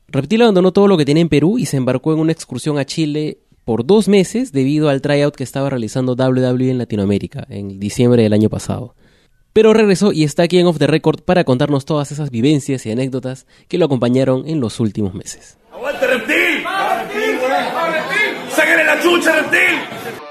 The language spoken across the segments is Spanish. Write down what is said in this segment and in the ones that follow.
Reptil abandonó todo lo que tenía en Perú y se embarcó en una excursión a Chile por 2 meses debido al tryout que estaba realizando WWE en Latinoamérica en diciembre del año pasado. Pero regresó y está aquí en Off the Record para contarnos todas esas vivencias y anécdotas que lo acompañaron en los últimos meses. ¡Aguante, Reptil! ¡Va, Reptil! ¡Va, Reptil! ¡Sáquenle la chucha, Reptil!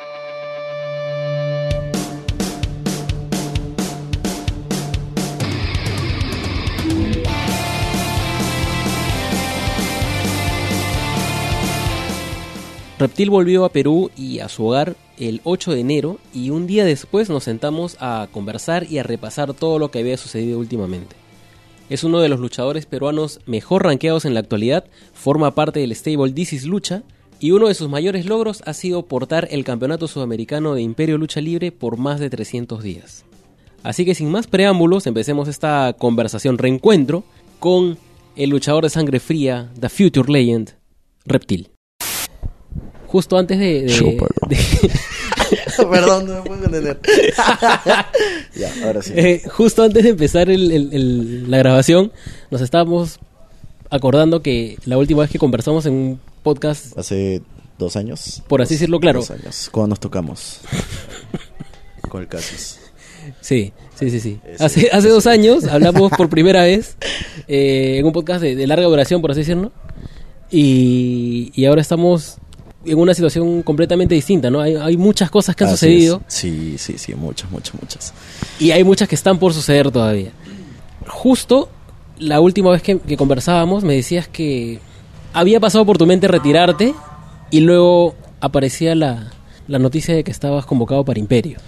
Reptil volvió a Perú y a su hogar el 8 de enero y un día después nos sentamos a conversar y a repasar todo lo que había sucedido últimamente. Es uno de los luchadores peruanos mejor rankeados en la actualidad, forma parte del stable This is Lucha y uno de sus mayores logros ha sido portar el campeonato sudamericano de Imperio Lucha Libre por más de 300 días. Así que sin más preámbulos, empecemos esta conversación reencuentro con el luchador de sangre fría, The Future Legend, Reptil. Justo antes Perdón, no me puedo contener. Ya, ahora sí. Justo antes de empezar la grabación, nos estábamos acordando que la última vez que conversamos en un podcast... Hace 2 años. Por así decirlo, claro. 2 años. Cuando nos tocamos. Con el Casis. Sí. Hace 2 años hablamos por primera vez en un podcast de larga duración, por así decirlo. Y ahora estamos en una situación completamente distinta, ¿no? Hay muchas cosas que han sucedido. Sí, muchas. Y hay muchas que están por suceder todavía. Justo la última vez que conversábamos me decías que había pasado por tu mente retirarte y luego aparecía la noticia de que estabas convocado para Imperio.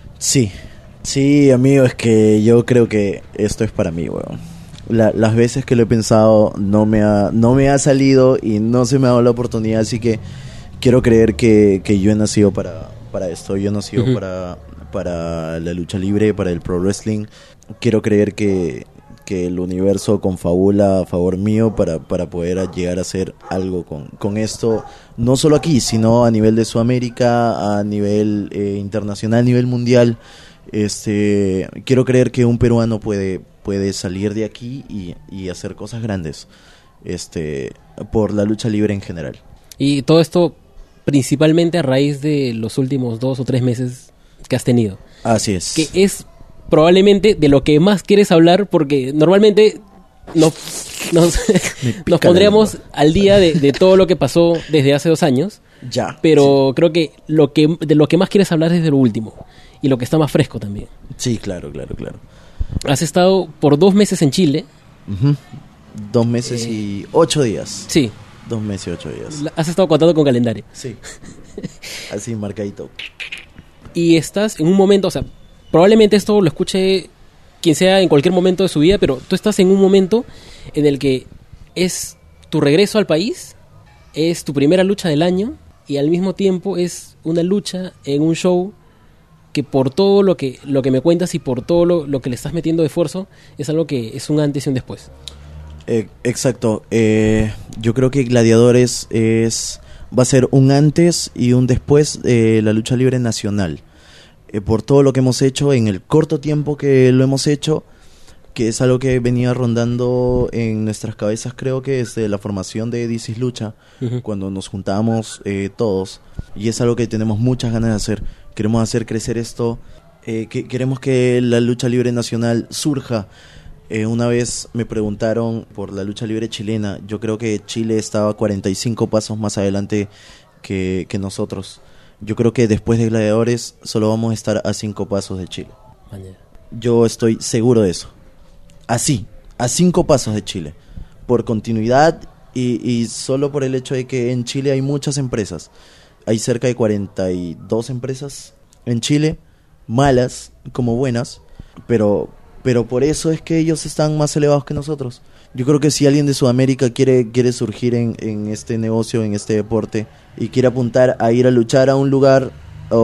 Sí, amigo, es que yo creo que esto es para mí, weón. Las veces que lo he pensado no me ha salido y no se me ha dado la oportunidad, así que quiero creer que yo he nacido para esto. Yo he nacido para la lucha libre, para el pro wrestling. Quiero creer que el universo confabula a favor mío para poder llegar a hacer algo con esto, no solo aquí, sino a nivel de Sudamérica, a nivel internacional, a nivel mundial. Quiero creer que un peruano puede salir de aquí y hacer cosas grandes por la lucha libre en general. Y todo esto principalmente a raíz de los últimos 2 o 3 meses que has tenido. Así es. Que es probablemente de lo que más quieres hablar, porque normalmente nos pondríamos al día de todo lo que pasó desde hace 2 años. Ya. Pero sí, creo que de lo que más quieres hablar es de lo último y lo que está más fresco también. Sí, claro. Has estado por 2 meses en Chile. 2 meses y 8 días. Sí. 2 meses y 8 días. Has estado contando con calendario. Sí. Así marcadito. Y estás en un momento, o sea, probablemente esto lo escuche quien sea en cualquier momento de su vida, pero tú estás en un momento en el que es tu regreso al país, es tu primera lucha del año y al mismo tiempo es una lucha en un show que por todo lo que me cuentas y por todo lo que le estás metiendo de esfuerzo es algo que es un antes y un después. Exacto. Yo creo que Gladiadores va a ser un antes y un después de la lucha libre nacional. Por todo lo que hemos hecho en el corto tiempo que lo hemos hecho, que es algo que venía rondando en nuestras cabezas, creo que desde la formación de This is Lucha, cuando nos juntamos todos, y es algo que tenemos muchas ganas de hacer. Queremos hacer crecer esto, queremos que la lucha libre nacional surja. Una vez me preguntaron por la lucha libre chilena. Yo creo que Chile estaba 45 pasos más adelante que nosotros. Yo creo que después de Gladiadores solo vamos a estar a 5 pasos de Chile. Mañana. Yo estoy seguro de eso. Así, a 5 pasos de Chile. Por continuidad y solo por el hecho de que en Chile hay muchas empresas. Hay cerca de 42 empresas en Chile, malas como buenas, pero por eso es que ellos están más elevados que nosotros. Yo creo que si alguien de Sudamérica quiere surgir en este negocio, en este deporte, y quiere apuntar a ir a luchar a un lugar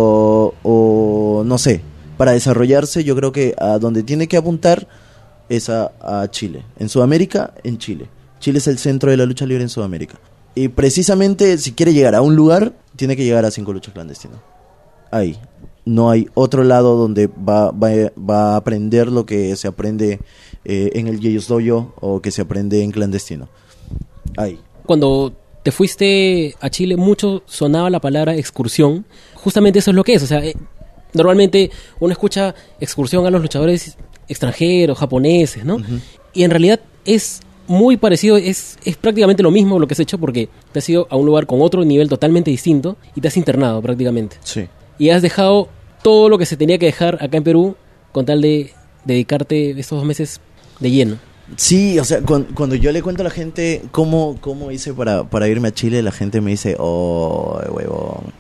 o no sé, para desarrollarse, yo creo que a donde tiene que apuntar es a Chile. En Sudamérica, en Chile. Chile es el centro de la lucha libre en Sudamérica. Y precisamente si quiere llegar a un lugar, tiene que llegar a 5 luchas clandestinas. Ahí. No hay otro lado donde va a aprender lo que se aprende en el Jiu-Jitsu Dojo o que se aprende en clandestino. Ahí. Cuando te fuiste a Chile, mucho sonaba la palabra excursión. Justamente eso es lo que es. O sea, normalmente uno escucha excursión a los luchadores extranjeros, japoneses, ¿no? Uh-huh. Y en realidad es muy parecido, es prácticamente lo mismo lo que has hecho, porque te has ido a un lugar con otro nivel totalmente distinto y te has internado prácticamente. Sí. Y has dejado todo lo que se tenía que dejar acá en Perú con tal de dedicarte estos 2 meses de lleno. Sí, o sea, cuando yo le cuento a la gente cómo hice para irme a Chile, la gente me dice, oh, huevón.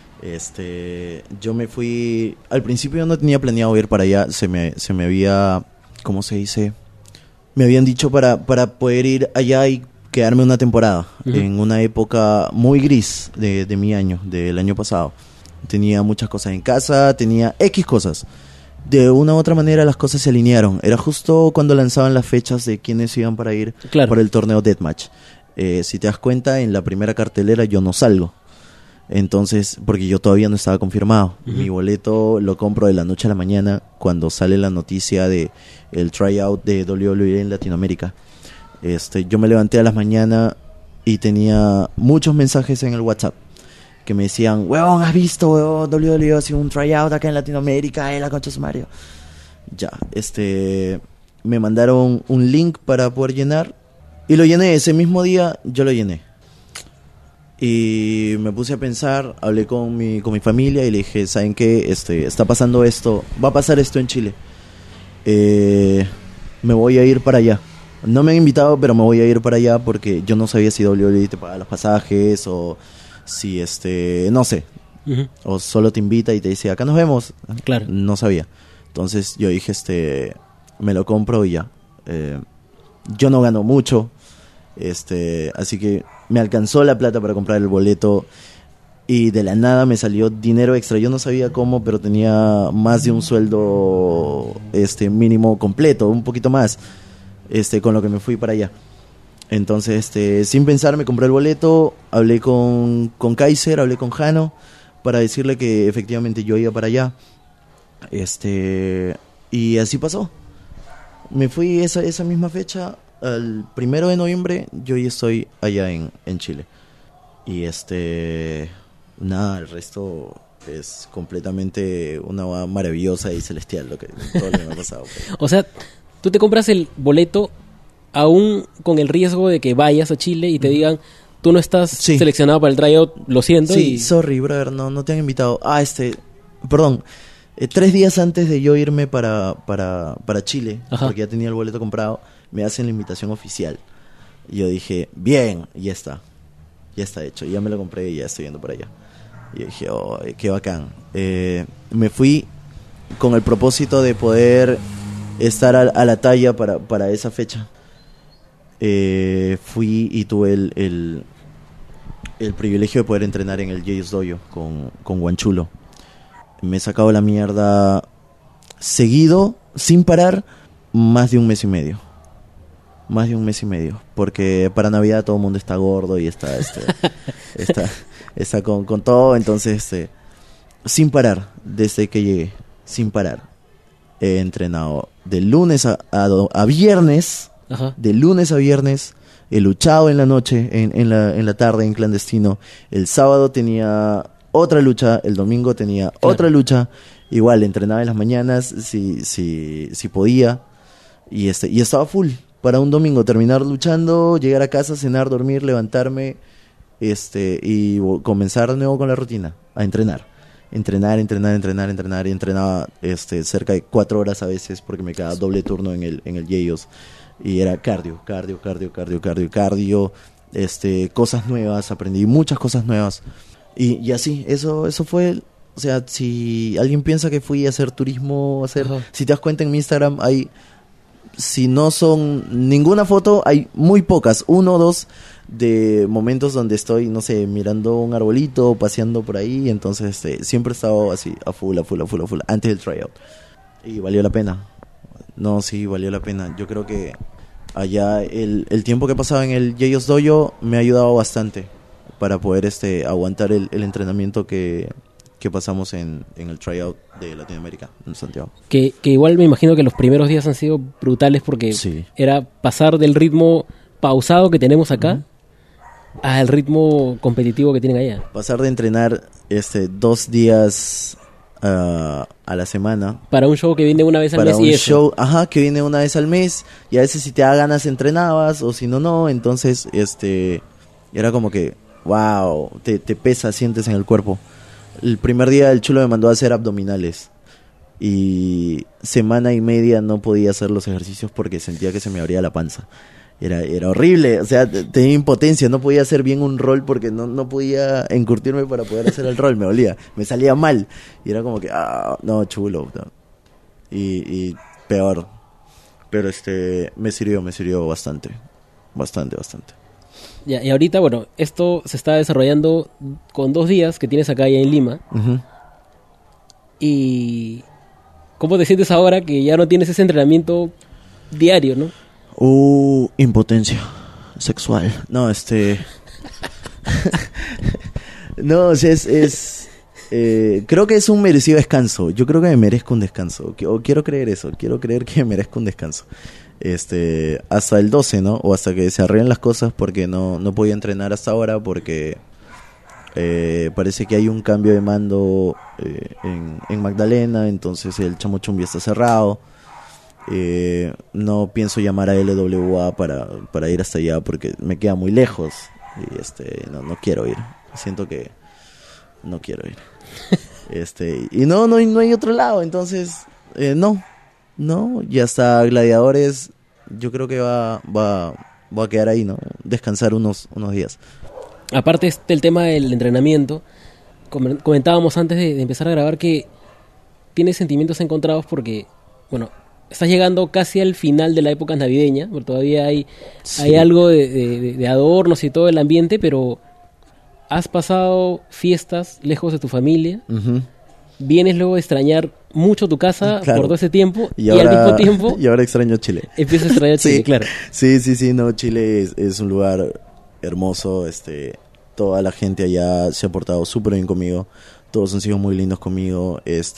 Yo me fui, al principio yo no tenía planeado ir para allá, se me había, ¿cómo se dice? Me habían dicho para poder ir allá y quedarme una temporada, uh-huh, en una época muy gris de mi año, del año pasado. Tenía muchas cosas en casa, tenía X cosas. De una u otra manera las cosas se alinearon. Era justo cuando lanzaban las fechas de quiénes iban para ir, claro, para el torneo Deathmatch. Si te das cuenta, en la primera cartelera yo no salgo. Entonces, porque yo todavía no estaba confirmado. Uh-huh. Mi boleto lo compro de la noche a la mañana cuando sale la noticia de el tryout de WWE en Latinoamérica. Yo me levanté a las mañanas y tenía muchos mensajes en el WhatsApp que me decían, huevón, ¿has visto, huevón? WWE hace un tryout acá en Latinoamérica, la concha de su Mario. Ya, me mandaron un link para poder llenar y lo llené. Ese mismo día yo lo llené. Y me puse a pensar, hablé con mi familia y le dije, ¿saben qué? Está pasando esto, va a pasar esto en Chile. Me voy a ir para allá. No me han invitado, pero me voy a ir para allá porque yo no sabía si WWE te paga los pasajes o si no sé. Uh-huh. O solo te invita y te dice, acá nos vemos. Claro. No sabía. Entonces yo dije, me lo compro y ya. Yo no gano mucho. Así que me alcanzó la plata para comprar el boleto y de la nada me salió dinero extra. Yo no sabía cómo, pero tenía más de un sueldo mínimo completo, un poquito más, con lo que me fui para allá. Entonces, sin pensar, me compré el boleto, hablé con Kaiser, hablé con Jano para decirle que efectivamente yo iba para allá. Y así pasó. Me fui esa misma fecha. El 1 de noviembre yo ya estoy allá en Chile. Y nada, el resto es completamente una boda maravillosa y celestial todo lo que me ha pasado. O sea, tú te compras el boleto aún con el riesgo de que vayas a Chile y te digan, tú no estás seleccionado para el tryout, lo siento. Sí, sorry, brother, no te han invitado. Perdón. 3 días antes de yo irme para Chile, ajá, porque ya tenía el boleto comprado, me hacen la invitación oficial. Y yo dije, bien, ya está hecho. Ya me lo compré y ya estoy yendo para allá. Y yo dije, oh, qué bacán. Me fui con el propósito de poder estar a la talla para esa fecha. Fui y tuve el privilegio de poder entrenar en el Jayus Dojo con Guanchulo. Me he sacado la mierda seguido, sin parar, más de un mes y medio. Porque para Navidad todo el mundo está gordo y está con todo. Entonces, sin parar, desde que llegué, sin parar. He entrenado de lunes a viernes. Ajá. De lunes a viernes. He luchado en la noche, en la tarde, en clandestino. El sábado tenía otra lucha, el domingo tenía otra lucha, igual entrenaba en las mañanas si podía y estaba full para un domingo, terminar luchando, llegar a casa, cenar, dormir, levantarme y comenzar de nuevo con la rutina, a entrenar y entrenaba cerca de 4 horas a veces porque me quedaba doble turno en el Yeyos y era cardio, cosas nuevas, aprendí muchas cosas nuevas. Y así, eso fue, o sea, si alguien piensa que fui a hacer turismo, si te das cuenta en mi Instagram si no son ninguna foto, hay muy pocas, 1 o 2 de momentos donde estoy, no sé, mirando un arbolito, paseando por ahí, entonces siempre he estado así, a full, antes del tryout. Y valió la pena, valió la pena, yo creo que allá el tiempo que he pasado en el Jayos Dojo me ha ayudado bastante para poder aguantar el entrenamiento que pasamos en el tryout de Latinoamérica, en Santiago. Que igual me imagino que los primeros días han sido brutales porque era pasar del ritmo pausado que tenemos acá, uh-huh, al ritmo competitivo que tienen allá. Pasar de entrenar 2 días a la semana Para un show que viene una vez al para mes un y eso. show, que viene una vez al mes, y a veces si te da ganas entrenabas o si no, no. Entonces era como que wow, te pesa, sientes en el cuerpo. El primer día el chulo me mandó a hacer abdominales y semana y media no podía hacer los ejercicios porque sentía que se me abría la panza. Era horrible, o sea, tenía impotencia, no podía hacer bien un roll porque no podía encurtirme para poder hacer el roll, me dolía, me salía mal. Y era como que, no, chulo. No. Y peor. Pero me sirvió bastante. Bastante. Ya, y ahorita, bueno, esto se está desarrollando con 2 días que tienes acá ya en Lima. Uh-huh. Y ¿cómo te sientes ahora que ya no tienes ese entrenamiento diario, no? Impotencia sexual. No, no, o sea, creo que es un merecido descanso. Yo creo que me merezco un descanso. O quiero creer eso. Quiero creer que me merezco un descanso. Hasta el 12, ¿no? O hasta que se arreglen las cosas, porque no podía entrenar hasta ahora porque parece que hay un cambio de mando en Magdalena. Entonces el Chamochumbi está cerrado. No pienso llamar a LWA para ir hasta allá porque me queda muy lejos y no quiero ir. Siento que no quiero ir. Y no hay otro lado, entonces no, y hasta Gladiadores yo creo que va a quedar ahí, ¿no? Descansar unos días. Aparte del tema del entrenamiento, comentábamos antes de empezar a grabar que tienes sentimientos encontrados porque, bueno, estás llegando casi al final de la época navideña, porque todavía hay algo de adornos y todo el ambiente, pero has pasado fiestas lejos de tu familia, uh-huh. Vienes luego a extrañar mucho tu casa, claro, por todo ese tiempo, y al mismo tiempo... Y ahora extraño Chile. Empiezas a extrañar Chile, sí, claro. Sí, no, Chile es un lugar hermoso, toda la gente allá se ha portado súper bien conmigo, todos han sido muy lindos conmigo,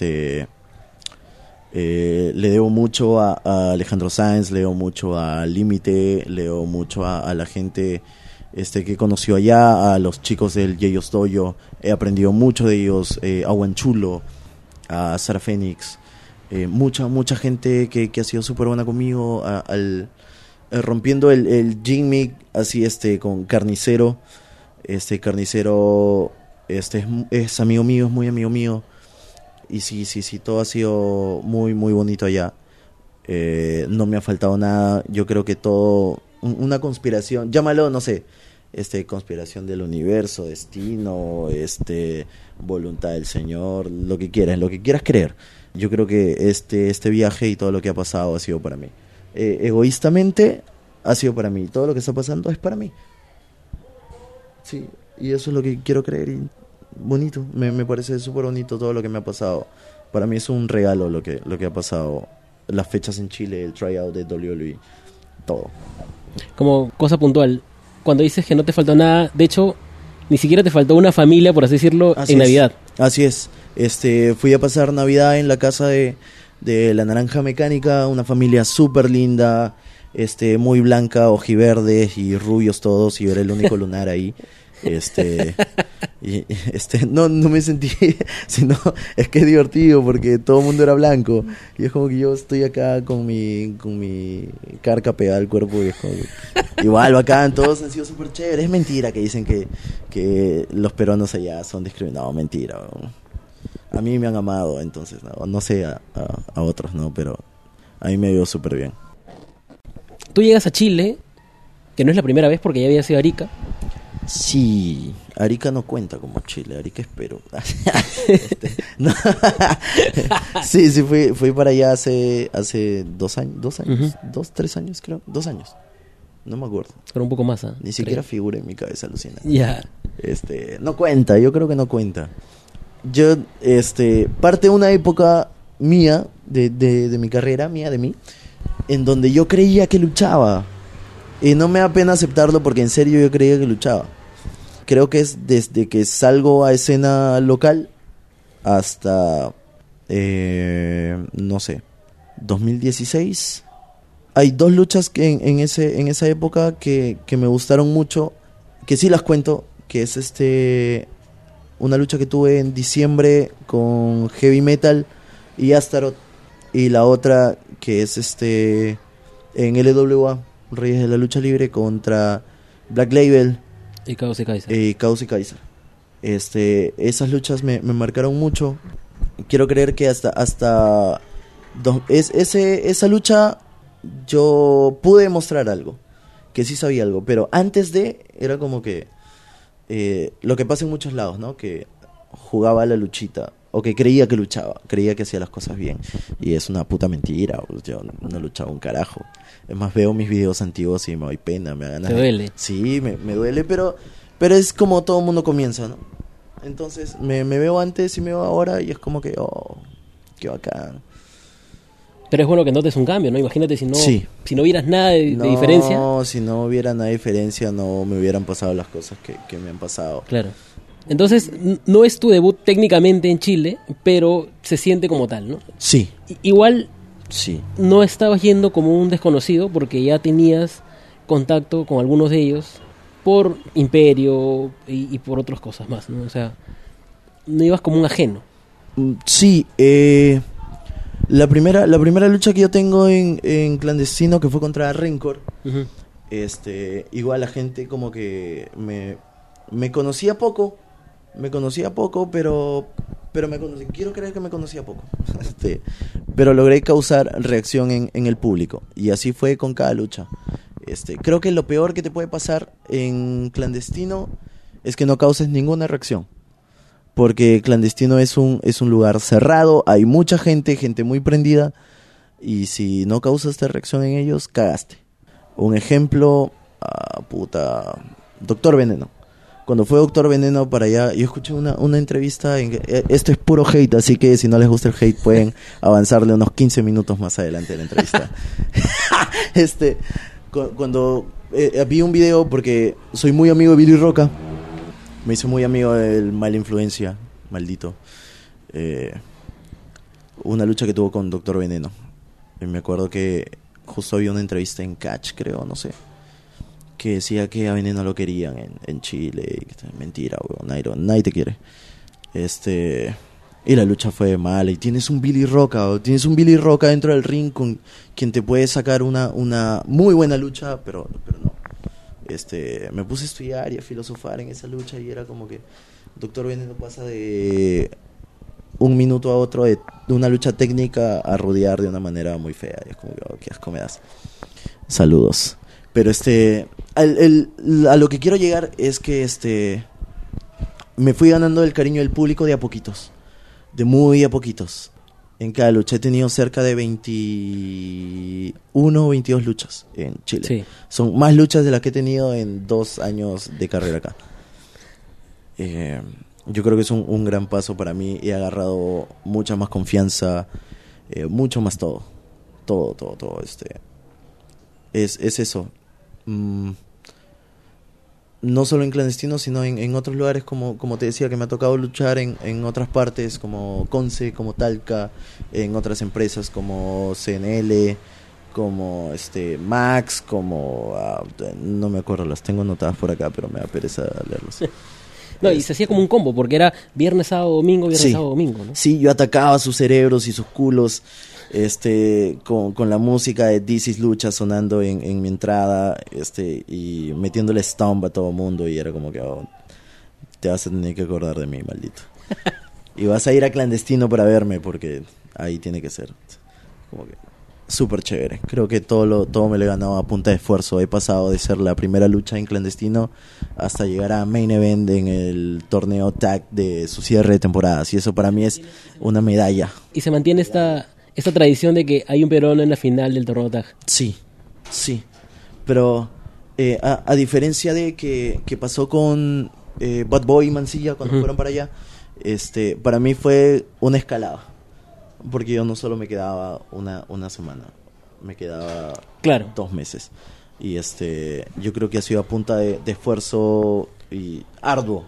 le debo mucho a Alejandro Sáenz, le debo mucho a Límite, le debo mucho a la gente que conoció allá, a los chicos del Yeyos Dojo. He aprendido mucho de ellos, a Huanchulo, a Sara Fénix, mucha gente que ha sido súper buena conmigo, rompiendo el Jimmy así con Carnicero. Carnicero es amigo mío, es muy amigo mío. Y sí, todo ha sido muy, muy bonito allá. No me ha faltado nada. Yo creo que todo, una conspiración, llámalo, no sé, conspiración del universo, destino, voluntad del Señor, lo que quieras creer. Yo creo que este viaje y todo lo que ha pasado ha sido para mí. Egoístamente ha sido para mí. Todo lo que está pasando es para mí. Sí, y eso es lo que quiero creer y bonito, me parece súper bonito todo lo que me ha pasado. Para mí es un regalo lo que ha pasado. Las fechas en Chile, el tryout de WWE, todo. Como cosa puntual, cuando dices que no te faltó nada, de hecho, ni siquiera te faltó una familia, por así decirlo, en Navidad. Así es. Fui a pasar Navidad en la casa de la Naranja Mecánica, una familia súper linda, muy blanca, ojiverdes y rubios todos, y yo era el único lunar ahí. No me sentí, sino es que es divertido porque todo el mundo era blanco y es como que yo estoy acá con mi carca pegada al cuerpo y es como que, igual bacán, todos han sido súper chéveres. Es mentira que dicen que los peruanos allá son discriminados, mentira. A mí me han amado, entonces no sé a otros, no, pero a mí me dio súper bien. Tú llegas a Chile, que no es la primera vez porque ya había sido Arica. Sí, Arica no cuenta como Chile, Arica es Perú. No. Sí, fui para allá hace 2 años, uh-huh. 3 años creo, 2 años, no me acuerdo. Pero un poco más, ni siquiera figura en mi cabeza, alucina. Ya. No cuenta, yo creo que no cuenta. Yo, parte de una época mía, de mi carrera, mía, de mí, en donde yo creía que luchaba. Y no me da pena aceptarlo porque en serio yo creía que luchaba. Creo que es desde que salgo a escena local hasta, no sé, 2016. Hay 2 luchas que en esa época que me gustaron mucho, que sí las cuento, que es una lucha que tuve en diciembre con Heavy Metal y Astaroth, y la otra que es en LWA, Reyes de la Lucha Libre, contra Black Label Y Caos y Kaiser. Caos y Kaiser. Esas luchas me marcaron mucho. Quiero creer que esa lucha yo pude mostrar algo, que sí sabía algo, pero antes era como que lo que pasa en muchos lados, ¿no? Que jugaba a la luchita, o que creía que luchaba, creía que hacía las cosas bien, y es una puta mentira. Yo no luchaba un carajo. Es más, veo mis videos antiguos y me doy pena, me da ganas. ¿Te duele? Sí, me duele, pero es como todo mundo comienza, ¿no? Entonces me veo antes y me veo ahora y es como que, oh, qué bacán. Pero es bueno que notes un cambio, ¿no? Imagínate si no, Sí. si no vieras nada de diferencia. No, si no hubiera nada de diferencia, no me hubieran pasado las cosas que me han pasado. Claro. Entonces, no es tu debut técnicamente en Chile, pero se siente como tal, ¿no? Sí, Igual sí. no estabas yendo como un desconocido porque ya tenías contacto con algunos de ellos por Imperio y por otras cosas más, ¿no? O sea, no ibas como un ajeno. Sí, la primera lucha que yo tengo en clandestino, que fue contra Rencor, Ujú. igual la gente como que me conocía poco, pero quiero creer que me conocía poco. Pero logré causar reacción en el público, y así fue con cada lucha. Creo que lo peor que te puede pasar en clandestino es que no causes ninguna reacción, porque clandestino es un lugar cerrado, hay mucha gente muy prendida, y si no causaste reacción en ellos, cagaste. Un ejemplo, Doctor Veneno. Cuando fue Doctor Veneno para allá, yo escuché una entrevista, esto es puro hate, así que si no les gusta el hate pueden avanzarle unos 15 minutos más adelante de la entrevista. Cuando vi un video, porque soy muy amigo de Billy Roca, me hice muy amigo del Mala Influencia, maldito. Una lucha que tuvo con Doctor Veneno. Y me acuerdo que justo había una entrevista en Catch, creo, no sé, que decía que a Veneno lo querían en Chile. Y que, mentira, weón, nadie te quiere. Y la lucha fue mala. Y tienes un Billy Roca dentro del ring con quien te puede sacar una muy buena lucha, pero no. Me puse a estudiar y a filosofar en esa lucha, y era como que Doctor Veneno pasa de un minuto a otro de una lucha técnica a rodear de una manera muy fea, y es como que, oh, qué asco me das. Saludos. Pero a lo que quiero llegar es que me fui ganando el cariño del público de a poquitos, de muy a poquitos. En cada lucha he tenido cerca de 21 o 22 luchas en Chile. Sí. Son más luchas de las que he tenido en 2 años de carrera acá. Yo creo que es un gran paso para mí. He agarrado mucha más confianza, mucho más todo. Todo. Es eso. No solo en clandestino, sino en otros lugares, como te decía, que me ha tocado luchar en otras partes, como Conce, como Talca, en otras empresas como CNL, como Max, como no me acuerdo, las tengo anotadas por acá, pero me da pereza leerlas. No, y se hacía como un combo, porque era viernes, sábado, domingo, Sí. sábado, domingo, ¿no? Sí, yo atacaba sus cerebros y sus culos, con la música de This Is Lucha sonando en mi entrada, y metiéndole stomp a todo mundo, y era como que, oh, te vas a tener que acordar de mí, maldito. Y vas a ir a clandestino para verme, porque ahí tiene que ser. Como que súper chévere. Creo que todo me lo he ganado a punta de esfuerzo. He pasado de ser la primera lucha en clandestino hasta llegar a main event en el torneo tag de su cierre de temporadas, y eso para mí es una medalla. Y se mantiene esta tradición de que hay un peruano en la final del torneo tag. Sí. Pero a diferencia de que pasó con Bad Boy y Mancilla cuando fueron para allá, para mí fue una escalada. Porque yo no solo me quedaba una semana, me quedaba Claro. 2 meses. Y yo creo que ha sido a punta de esfuerzo y arduo.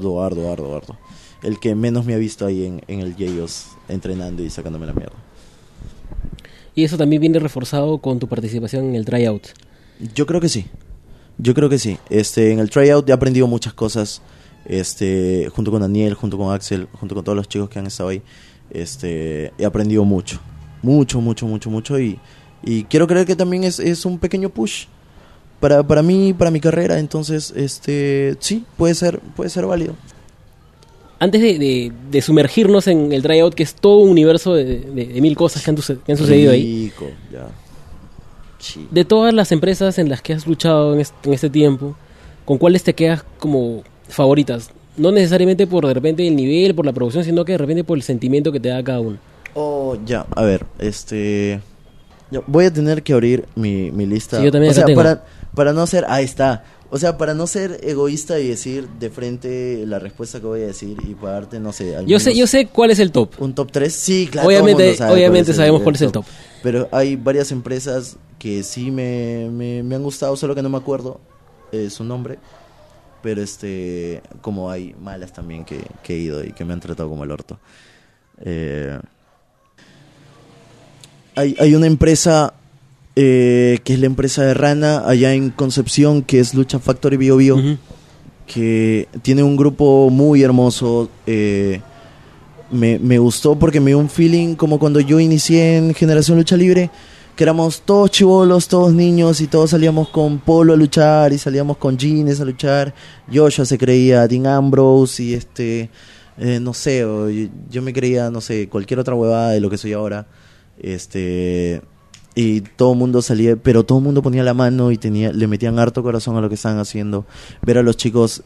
El que menos me ha visto ahí en el Yeyos entrenando y sacándome la mierda. Y eso también viene reforzado con tu participación en el tryout. Yo creo que sí. Yo creo que sí. En el tryout he aprendido muchas cosas. Junto con Daniel, junto con Axel, junto con todos los chicos que han estado ahí. He aprendido mucho. Mucho. Y quiero creer que también es un pequeño push para mí, para mi carrera. Entonces, sí, puede ser válido. Antes de sumergirnos en el tryout, que es todo un universo de mil cosas que han sucedido ahí. Rico, ya. Sí. De todas las empresas en las que has luchado en este tiempo, ¿con cuáles te quedas como favoritas? No necesariamente por de repente el nivel, por la producción, sino que de repente por el sentimiento que te da cada uno. Oh, ya, a ver, yo voy a tener que abrir mi lista. Sí, yo también o sea, tengo. para no ser, ahí está. O sea, para no ser egoísta y decir de frente la respuesta que voy a decir y para darte, no sé, Yo sé cuál es el top. un top 3, sí, claro. Obviamente Obviamente sabemos cuál es el top. Pero hay varias empresas que sí me han gustado, solo que no me acuerdo su nombre. Pero como hay malas también que he ido y que me han tratado como el orto. Hay una empresa que es la empresa de Rana allá en Concepción, que es Lucha Factory Bio Bio, que tiene un grupo muy hermoso. Me gustó porque me dio un feeling como cuando yo inicié en Generación Lucha Libre, que éramos todos chibolos, todos niños, y todos salíamos con Polo a luchar y salíamos con jeans a luchar. Joshua se creía Dean Ambrose y no sé, yo me creía, no sé, cualquier otra huevada de lo que soy ahora. Y todo el mundo salía, pero todo el mundo ponía la mano y le metían harto corazón a lo que estaban haciendo. Ver a los chicos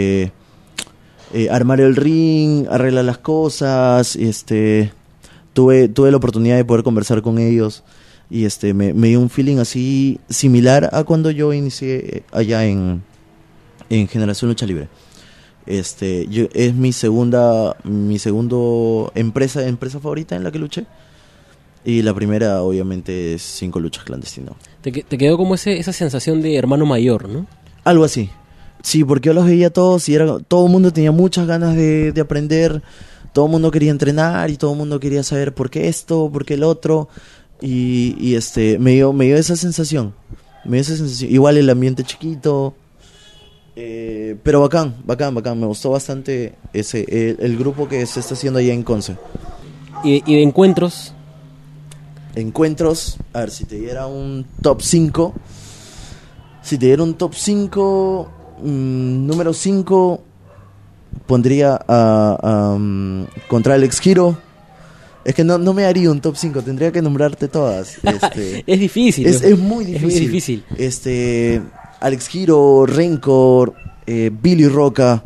armar el ring, arreglar las cosas. Tuve la oportunidad de poder conversar con ellos y me dio un feeling así similar a cuando yo inicié allá en Generación Lucha Libre. Es mi segundo empresa favorita en la que luché. Y la primera, obviamente, es 5 luchas clandestinas. Te quedó como esa sensación de hermano mayor, ¿no? Algo así. Sí, porque yo los veía todos y todo el mundo tenía muchas ganas de aprender. Todo el mundo quería entrenar y todo el mundo quería saber por qué esto, por qué el otro. Y me dio esa sensación. Igual el ambiente chiquito. Pero bacán. Me gustó bastante el grupo que se está haciendo allá en Conce. ¿Y de encuentros? Encuentros, a ver, si te diera un top 5. Si te diera un top 5, número 5 pondría contra Alex Hero. Es que no me haría un top 5, tendría que nombrarte todas. Es difícil. Es muy difícil. Alex Hero, Rencor, Billy Roca,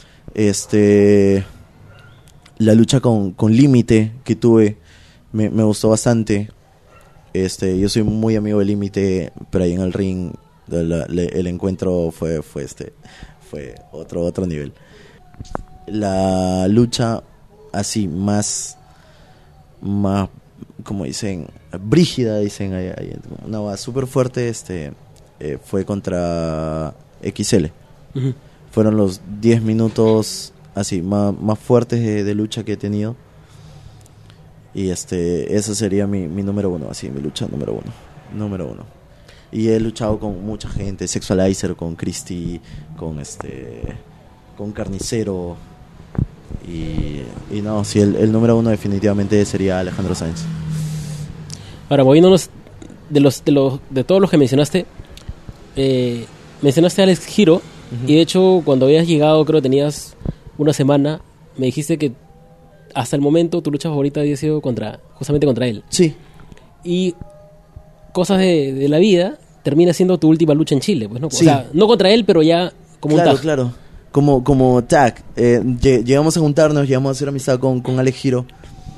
la lucha con Límite que tuve, me gustó bastante. Yo soy muy amigo de Límite, pero ahí en el ring el encuentro fue otro nivel. La lucha así más como dicen, brígida, dicen ahí, una va súper fuerte, fue contra XL. Uh-huh. Fueron los 10 minutos así más fuertes de lucha que he tenido. Y esa sería mi número 1, así, mi lucha número uno. Y he luchado con mucha gente, Sexualizer, con Christy, con Carnicero. Y no, sí, el número 1 definitivamente sería Alejandro Sainz. Ahora, moviéndonos de todos los que mencionaste, mencionaste a Alex Hero. Uh-huh. Y de hecho, cuando habías llegado, creo que tenías una semana, me dijiste que hasta el momento tu lucha favorita había sido justamente contra él. Sí. Y cosas de la vida, termina siendo tu última lucha en Chile, pues, ¿no? Sí. O sea, no contra él, pero ya como un tag. Claro. Como tag. Llegamos a juntarnos, llegamos a hacer amistad con Alex Hero.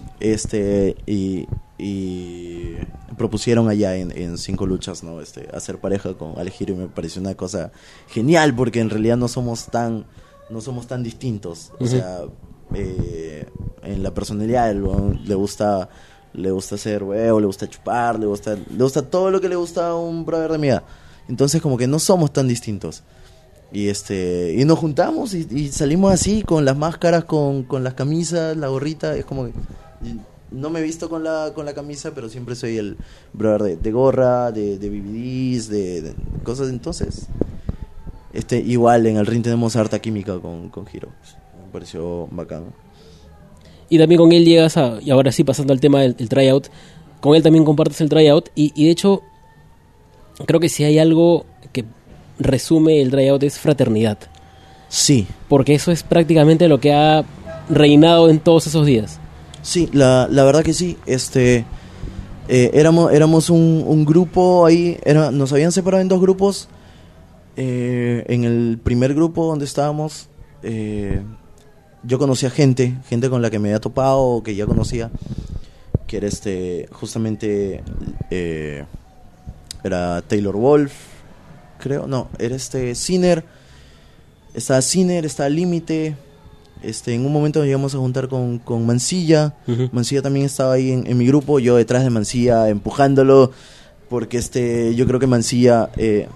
Y propusieron allá en 5 luchas, ¿no? Hacer pareja con Alex Hero, y me pareció una cosa genial, porque en realidad no somos tan distintos. O sea, en la personalidad le gusta hacer huevo, le gusta chupar, le gusta todo lo que le gusta a un brother de mi edad. Entonces como que no somos tan distintos. Y nos juntamos y salimos así con las máscaras, con las camisas, la gorrita. Es como que no me he visto con la camisa, pero siempre soy el brother de gorra, de BBDs, de cosas. Entonces Igual en el ring tenemos harta química con Hiro. Me pareció bacán. Y también con él llegas y ahora sí pasando al tema del tryout, con él también compartes el tryout y de hecho creo que si hay algo que resume el tryout es fraternidad. Sí. Porque eso es prácticamente lo que ha reinado en todos esos días. Sí, la verdad que sí. Éramos un grupo ahí, nos habían separado en 2 grupos. En el primer grupo donde estábamos, yo conocía gente con la que me había topado o que ya conocía, que era justamente era Taylor Wolf, creo, no, era Sinner, estaba Límite. En un momento nos llegamos a juntar con Mancilla. Uh-huh. Mancilla también estaba ahí en mi grupo, yo detrás de Mancilla empujándolo, porque yo creo que Mancilla,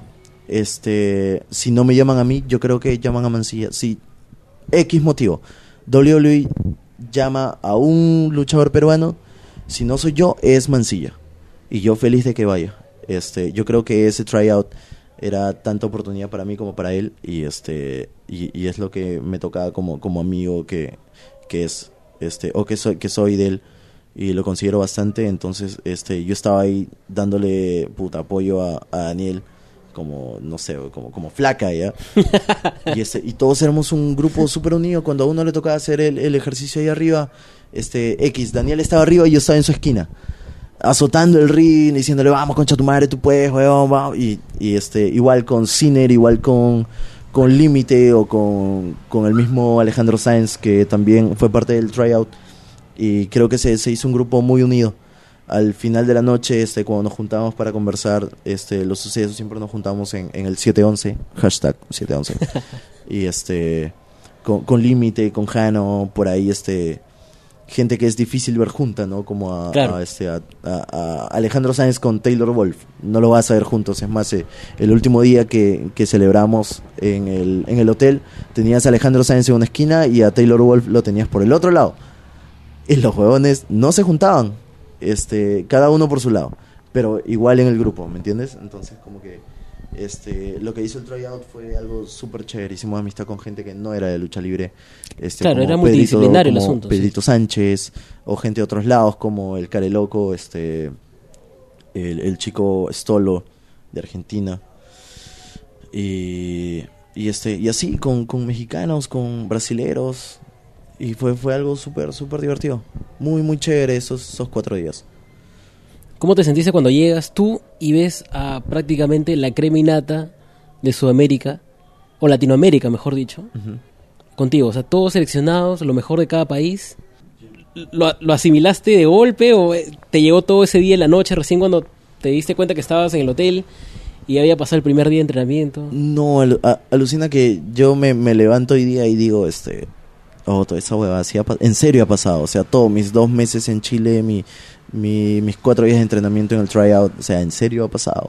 si no me llaman a mí, yo creo que llaman a Mancilla. Si X motivo, WWE llama a un luchador peruano, si no soy yo, es Mancilla, y yo feliz de que vaya. Yo creo que ese tryout era tanta oportunidad para mí como para él, y es lo que me tocaba como amigo que es, o que soy de él, y lo considero bastante. Entonces yo estaba ahí dándole apoyo a Daniel, como no sé, como flaca ya. y todos éramos un grupo súper unido. Cuando a uno le tocaba hacer el ejercicio ahí arriba, Daniel estaba arriba y yo estaba en su esquina azotando el ring, diciéndole vamos concha tu madre, tú puedes, weón, vamos. Y igual con Sinner, igual con Límite, o con el mismo Alejandro Sáenz, que también fue parte del tryout, y creo que se hizo un grupo muy unido. Al final de la noche, cuando nos juntábamos para conversar los sucesos, siempre nos juntamos en el 711, hashtag 711, y con Límite, con Jano, por ahí gente que es difícil ver junta, ¿no? Como claro. a Alejandro Sáenz con Taylor Wolf, no lo vas a ver juntos. Es más, el último día que celebramos en el hotel, tenías a Alejandro Sáenz en una esquina y a Taylor Wolf lo tenías por el otro lado, y los huevones no se juntaban, cada uno por su lado, pero igual en el grupo, ¿me entiendes? Entonces como que lo que hizo el tryout fue algo súper chévere. Hicimos amistad con gente que no era de lucha libre, claro, era multidisciplinario el asunto, Pedrito sí. Sánchez, o gente de otros lados como el Careloco, el chico Stolo de Argentina, y así con mexicanos, con brasileros, y fue algo súper súper divertido, muy muy chévere esos 4 días. ¿Cómo te sentiste cuando llegas tú y ves a prácticamente la crema innata de Sudamérica, o Latinoamérica, mejor dicho, uh-huh, contigo? O sea, todos seleccionados, lo mejor de cada país. ¿Lo asimilaste de golpe o te llegó todo ese día en la noche, recién cuando te diste cuenta que estabas en el hotel y había pasado el primer día de entrenamiento? No, alucina que yo me levanto hoy día y digo, toda esa hueva, en serio ha pasado. O sea, todos mis 2 meses en Chile, mis 4 días de entrenamiento en el tryout, o sea, en serio ha pasado.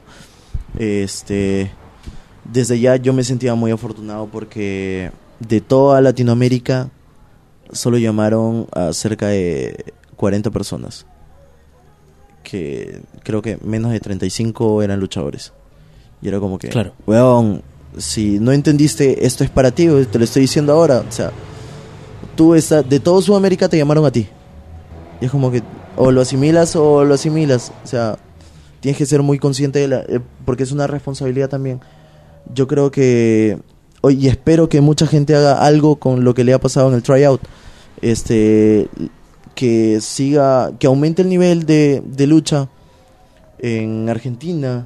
Desde ya yo me sentía muy afortunado, porque de toda Latinoamérica solo llamaron a cerca de 40 personas, que creo que menos de 35 eran luchadores. Y era como que, claro, weón, si no entendiste, esto es para ti, te lo estoy diciendo ahora. O sea, de todo Sudamérica te llamaron a ti. Y es como que o lo asimilas o lo asimilas. O sea, tienes que ser muy consciente porque es una responsabilidad también. Yo creo que y espero que mucha gente haga algo con lo que le ha pasado en el tryout. Que que aumente el nivel de lucha en Argentina.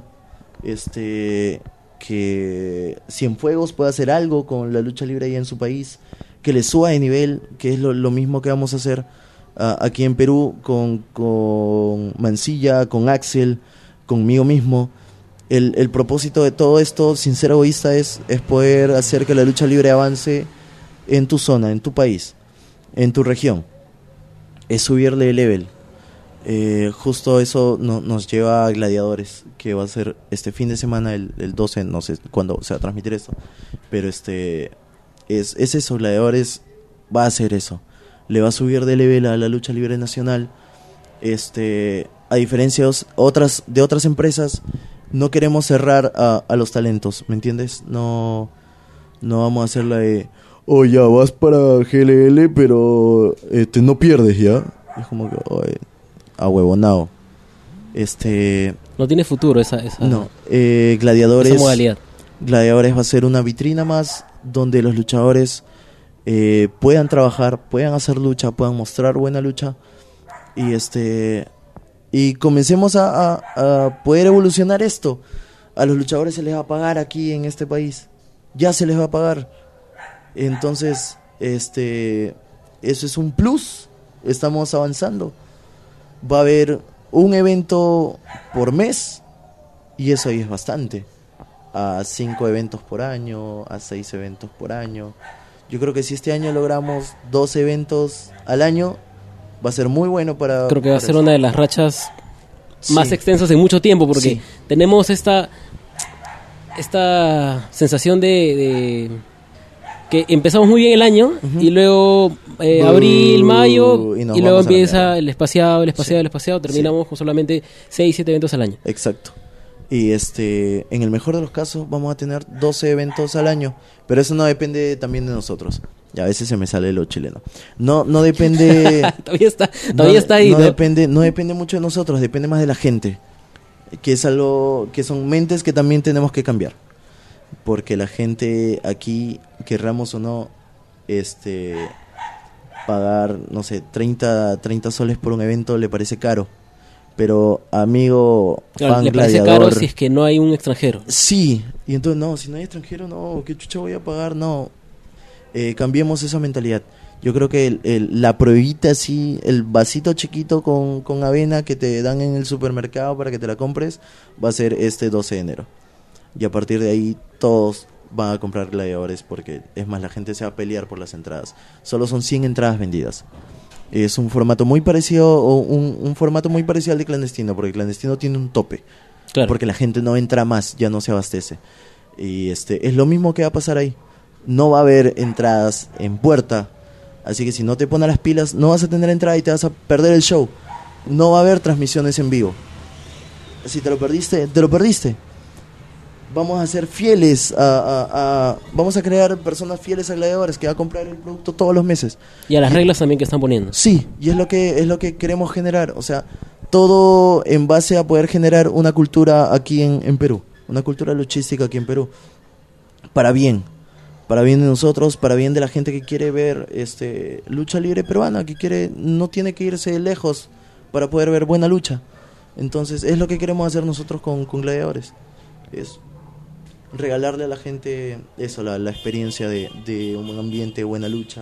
Que Cienfuegos pueda hacer algo con la lucha libre ahí en su país, que le suba de nivel, que es lo mismo que vamos a hacer aquí en Perú con Mancilla, con Axel, conmigo mismo. El propósito de todo esto, sin ser egoísta, es poder hacer que la lucha libre avance en tu zona, en tu país, en tu región. Es subirle el level. Justo eso nos lleva a Gladiadores, que va a ser este fin de semana, el 12, no sé cuándo se va a transmitir esto, pero es eso. Gladiadores va a hacer eso, le va a subir de level a la lucha libre nacional. A diferencia de otras empresas, no queremos cerrar a los talentos, ¿me entiendes? No No vamos a hacer la de, oh, ya, vas para GLL, pero no pierdes, ¿ya? Es como que, oye, ahuevonao. No tiene futuro esa No, Gladiadores... esa modalidad. Gladiadores va a ser una vitrina más donde los luchadores puedan trabajar, puedan hacer lucha, puedan mostrar buena lucha y comencemos a poder evolucionar esto. A los luchadores se les va a pagar aquí en este país, ya se les va a pagar. Entonces, eso es un plus, estamos avanzando. Va a haber un evento por mes y eso ahí es bastante. A 5 eventos por año, a 6 eventos por año. Yo creo que si este año logramos 2 eventos al año, va a ser muy bueno para... Creo que va a ser eso. una de las rachas más Sí. extensas en mucho tiempo, porque Sí. tenemos esta sensación de que empezamos muy bien el año y luego abril, mayo y y, nos luego vamos a la empieza mierda. el espaciado, Sí. terminamos con solamente 6, 7 eventos al año. Exacto. Y en el mejor de los casos vamos a tener 12 eventos al año, pero eso no depende también de nosotros. Y a veces se me sale lo chileno. No depende todavía está ahí, ¿no? no depende mucho de nosotros, depende más de la gente. Que es algo que son mentes que también tenemos que cambiar. Porque la gente aquí, querramos o no, pagar, no sé, 30 soles por un evento le parece caro. Pero amigo, Claro, fan le parece gladiador, caro si es que no hay un extranjero. sí, y entonces no, si no hay extranjero, no, ¿qué chucha voy a pagar? No, cambiemos esa mentalidad. Yo creo que la pruebita así, el vasito chiquito con avena que te dan en el supermercado para que te la compres, va a ser este 12 de enero. Y a partir de ahí todos van a comprar gladiadores porque, es más, la gente se va a pelear por las entradas. Solo son 100 entradas vendidas. Es un formato muy parecido, o un formato muy parecido al de clandestino, porque el clandestino tiene un tope. Claro. Porque la gente no entra más, ya no se abastece. Y es lo mismo que va a pasar ahí. No va a haber entradas en puerta, así que si no te pones las pilas, no vas a tener entrada y te vas a perder el show. No va a haber transmisiones en vivo. Si te lo perdiste, te lo perdiste. Vamos a ser fieles vamos a crear personas fieles a gladiadores que va a comprar el producto todos los meses. Y a las reglas también que están poniendo. Sí, y es lo que queremos generar, o sea, todo en base a poder generar una cultura aquí en Perú, una cultura luchística aquí en Perú, para bien de nosotros, para bien de la gente que quiere ver lucha libre peruana, no tiene que irse lejos para poder ver buena lucha. Entonces, es lo que queremos hacer nosotros con Gladiadores. Es regalarle a la gente eso, la experiencia de un ambiente de buena lucha.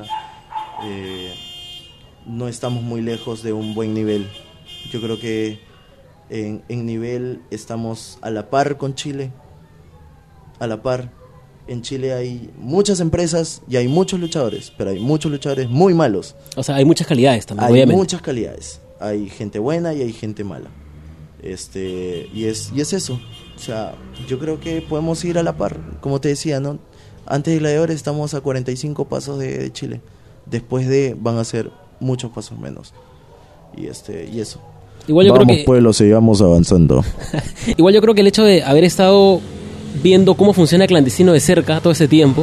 No estamos muy lejos de un buen nivel. Yo creo que en nivel estamos a la par con Chile. A la par. En Chile hay muchas empresas y hay muchos luchadores, pero hay muchos luchadores muy malos. O sea, hay muchas calidades también, Hay obviamente. muchas calidades. Hay gente buena y hay gente mala. Y es eso. O sea, yo creo que podemos ir a la par. Como te decía, ¿no? Antes de Gladiadores estamos a 45 pasos de Chile. Después van a ser muchos pasos menos. Y eso. Igual yo Vamos, creo que pueblo, sigamos avanzando. igual yo creo que el hecho de haber estado viendo cómo funciona Clandestino de cerca todo ese tiempo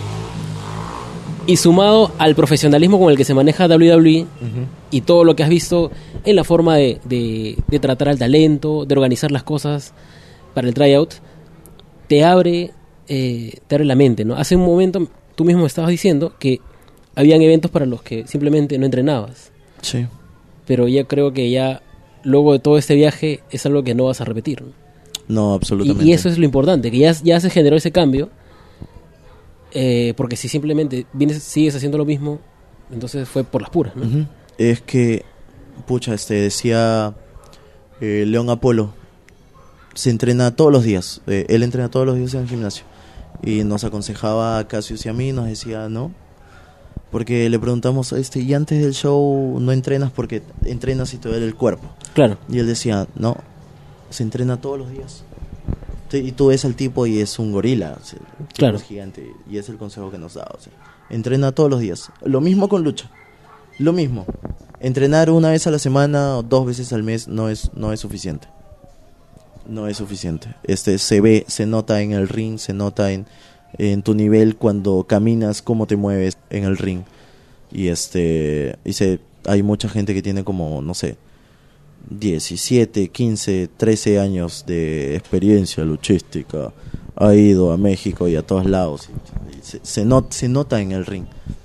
y sumado al profesionalismo con el que se maneja WWE y todo lo que has visto en la forma de tratar al talento, de organizar las cosas para el tryout, te abre la mente, ¿no? Hace un momento tú mismo estabas diciendo que habían eventos para los que simplemente no entrenabas, Sí. pero ya creo que ya luego de todo este viaje es algo que no vas a repetir, ¿no? No, absolutamente. Y eso es lo importante, que ya se generó ese cambio, porque si simplemente sigues haciendo lo mismo, entonces fue por las puras, ¿no? Ujú. Es que, pucha, decía León Apolo, se entrena todos los días. Él entrena todos los días en el gimnasio. Y nos aconsejaba a Cassius y a mí, nos decía, no. Porque le preguntamos, y antes del show no entrenas porque entrenas y te duele el cuerpo. Claro. Y él decía, no, se entrena todos los días. Y tú ves al tipo y es un gorila, o sea, el tipo Claro. es gigante. Y es el consejo que nos da, o sea, entrena todos los días. Lo mismo con lucha, lo mismo. Entrenar una vez a la semana o 2 veces al mes no es suficiente. No es suficiente. Se ve, se nota en el ring, se nota en en tu nivel cuando caminas, cómo te mueves en el ring. Y hay mucha gente que tiene como, no sé, 17, 15, 13 años de experiencia luchística. Ha ido a México y a todos lados. Y se nota en el ring.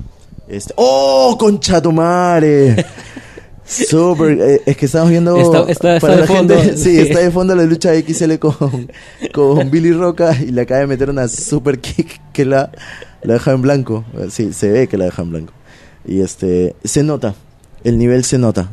¡Oh, concha tu madre! Súper, es que estamos viendo está para de la fondo. gente, sí, está de fondo la lucha de XL con Billy Roca y le acaba de meter una super kick que la deja en blanco. Sí, se ve que la deja en blanco. Y se nota, el nivel se nota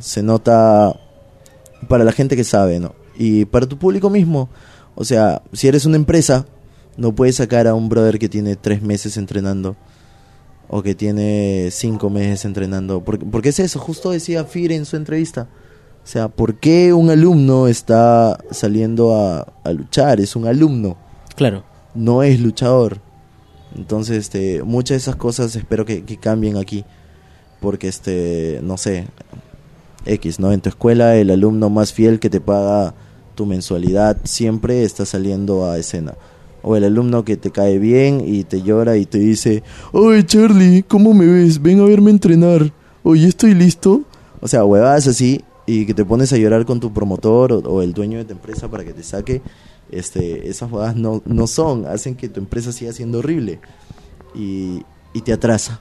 para la gente que sabe, ¿no? Y para tu público mismo, o sea, si eres una empresa, no puedes sacar a un brother que tiene 3 meses entrenando o que tiene 5 meses entrenando, porque es eso, justo decía Fir en su entrevista, o sea, ¿por qué un alumno está saliendo a luchar? Es un alumno, claro, no es luchador. Entonces, muchas de esas cosas espero que cambien aquí, porque no sé, ¿no? En tu escuela el alumno más fiel que te paga tu mensualidad siempre está saliendo a escena. O el alumno que te cae bien y te llora y te dice: oye Charlie, ¿cómo me ves? Ven a verme entrenar. Oye, ¿estoy listo? O sea, huevadas así, y que te pones a llorar con tu promotor o el dueño de tu empresa para que te saque. Esas huevadas no hacen que tu empresa siga siendo horrible. Y te atrasa,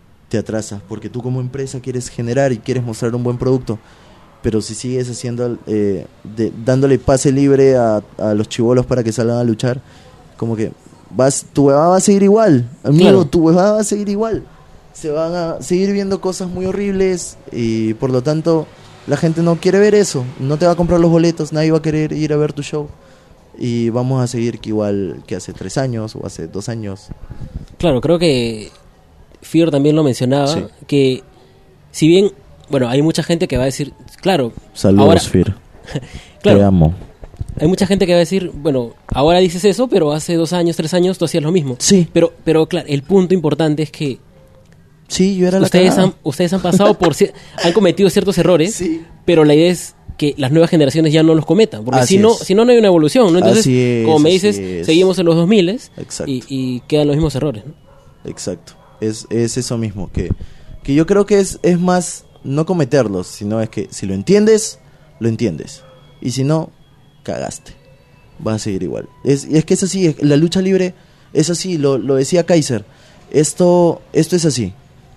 porque tú como empresa quieres generar y quieres mostrar un buen producto. Pero si sigues haciendo dándole pase libre a los chibolos para que salgan a luchar, como que tu huevada va a seguir igual, amigo, claro. Tu huevada va a seguir igual. Se van a seguir viendo cosas muy horribles y por lo tanto la gente no quiere ver eso, no te va a comprar los boletos, nadie va a querer ir a ver tu show y vamos a seguir que igual que hace 3 años o hace 2 años. Claro, creo que Fior también lo mencionaba, sí. Que si bien, bueno, hay mucha gente que va a decir, claro, saludos ahora, Fior, claro, te amo. Hay mucha gente que va a decir, bueno, ahora dices eso, pero hace 2 años, 3 años tú hacías lo mismo. Sí. Pero claro, el punto importante es que sí, yo era ustedes han pasado han cometido ciertos errores, sí. Pero la idea es que las nuevas generaciones ya no los cometan, porque si no no hay una evolución, ¿no? Entonces, como me dices, seguimos en los 2000 y quedan los mismos errores, ¿no? Exacto. Es eso mismo, que yo creo que es más no cometerlos, sino es que si lo entiendes, lo entiendes. Y si no, cagaste, vas a seguir igual. Es que es así, la lucha libre es así, lo decía Kaiser, esto es así.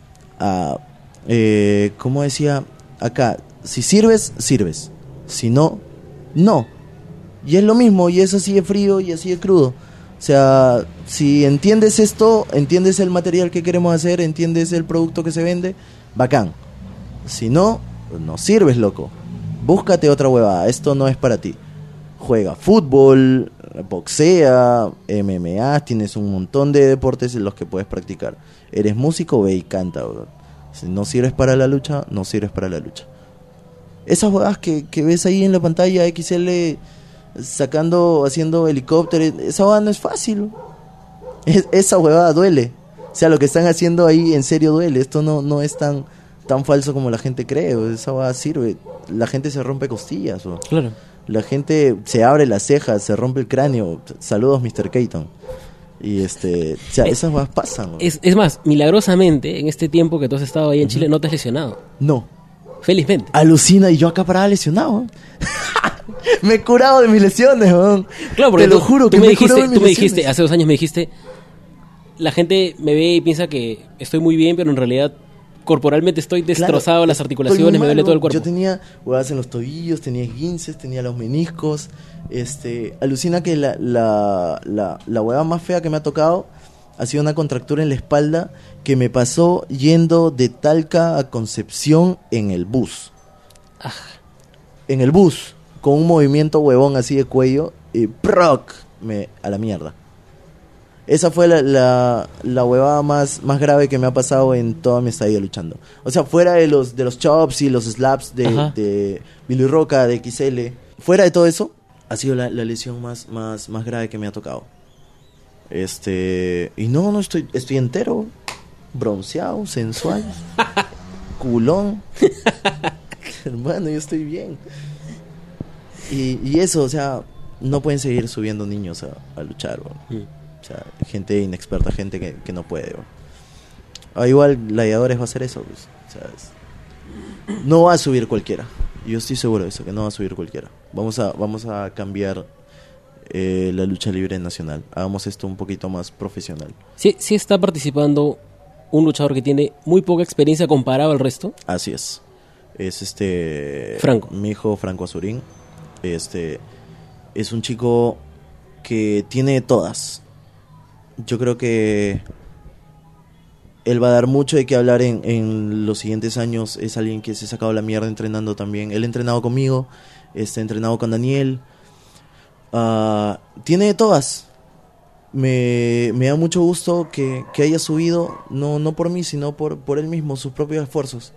Como decía acá, si sirves, sirves, si no, no. Y es lo mismo, y es así de frío y así de crudo. O sea, si entiendes esto, entiendes el material que queremos hacer, entiendes el producto que se vende, bacán. Si no, no sirves, loco. Búscate otra huevada, esto no es para ti. Juega fútbol, boxea, MMA, tienes un montón de deportes en los que puedes practicar. Eres músico, ve y canta, bro. Si no sirves para la lucha, no sirves para la lucha. Esas huevadas que ves ahí en la pantalla, XL haciendo helicóptero, esa huevada no es fácil. Esa huevada duele. O sea, lo que están haciendo ahí en serio duele. Esto no es tan falso como la gente cree. Esa huevada sirve. La gente se rompe costillas, bro. Claro. La gente se abre las cejas, se rompe el cráneo. Saludos, Mr. Keaton. Y o sea, esas cosas pasan, ¿no? Es más, milagrosamente, en este tiempo que tú has estado ahí en Chile, no te has lesionado. No. Felizmente. Alucina, y yo acá parada lesionado. Me he curado de mis lesiones, man. Claro, porque te lo juro que me he curado de mis lesiones. Dijiste, hace 2 años me dijiste, la gente me ve y piensa que estoy muy bien, pero en realidad corporalmente estoy destrozado, claro, las articulaciones, me duele todo el cuerpo. Yo tenía huevadas en los tobillos, tenía esguinces, tenía los meniscos. Alucina que la huevada más fea que me ha tocado ha sido una contractura en la espalda que me pasó yendo de Talca a Concepción en el bus. En el bus, con un movimiento huevón así de cuello, y ¡proc! A la mierda. Esa fue la huevada más grave que me ha pasado en toda mi estadía luchando. O sea, fuera de los chops y los slaps de Billy Roca, de XL, fuera de todo eso, ha sido la lesión más grave que me ha tocado. Y no estoy entero, bronceado, sensual, culón. Hermano, yo estoy bien. Y eso, o sea, no pueden seguir subiendo niños a luchar, bro. O sea, gente inexperta, gente que no puede, bro. Igual Gladiadores va a hacer eso, pues. O sea, no va a subir cualquiera. Yo estoy seguro de eso, que no va a subir cualquiera. Vamos a cambiar la lucha libre nacional. Hagamos esto un poquito más profesional. Sí, sí está participando un luchador que tiene muy poca experiencia comparado al resto. Así es. Es Franco. mi hijo Franco Azurín. Es un chico que tiene todas. Yo creo que él va a dar mucho de qué hablar en los siguientes años. Es alguien que se ha sacado la mierda entrenando también. Él ha entrenado conmigo, entrenado con Daniel. Tiene de todas. Me da mucho gusto que haya subido, no por mí, sino por él mismo, sus propios esfuerzos.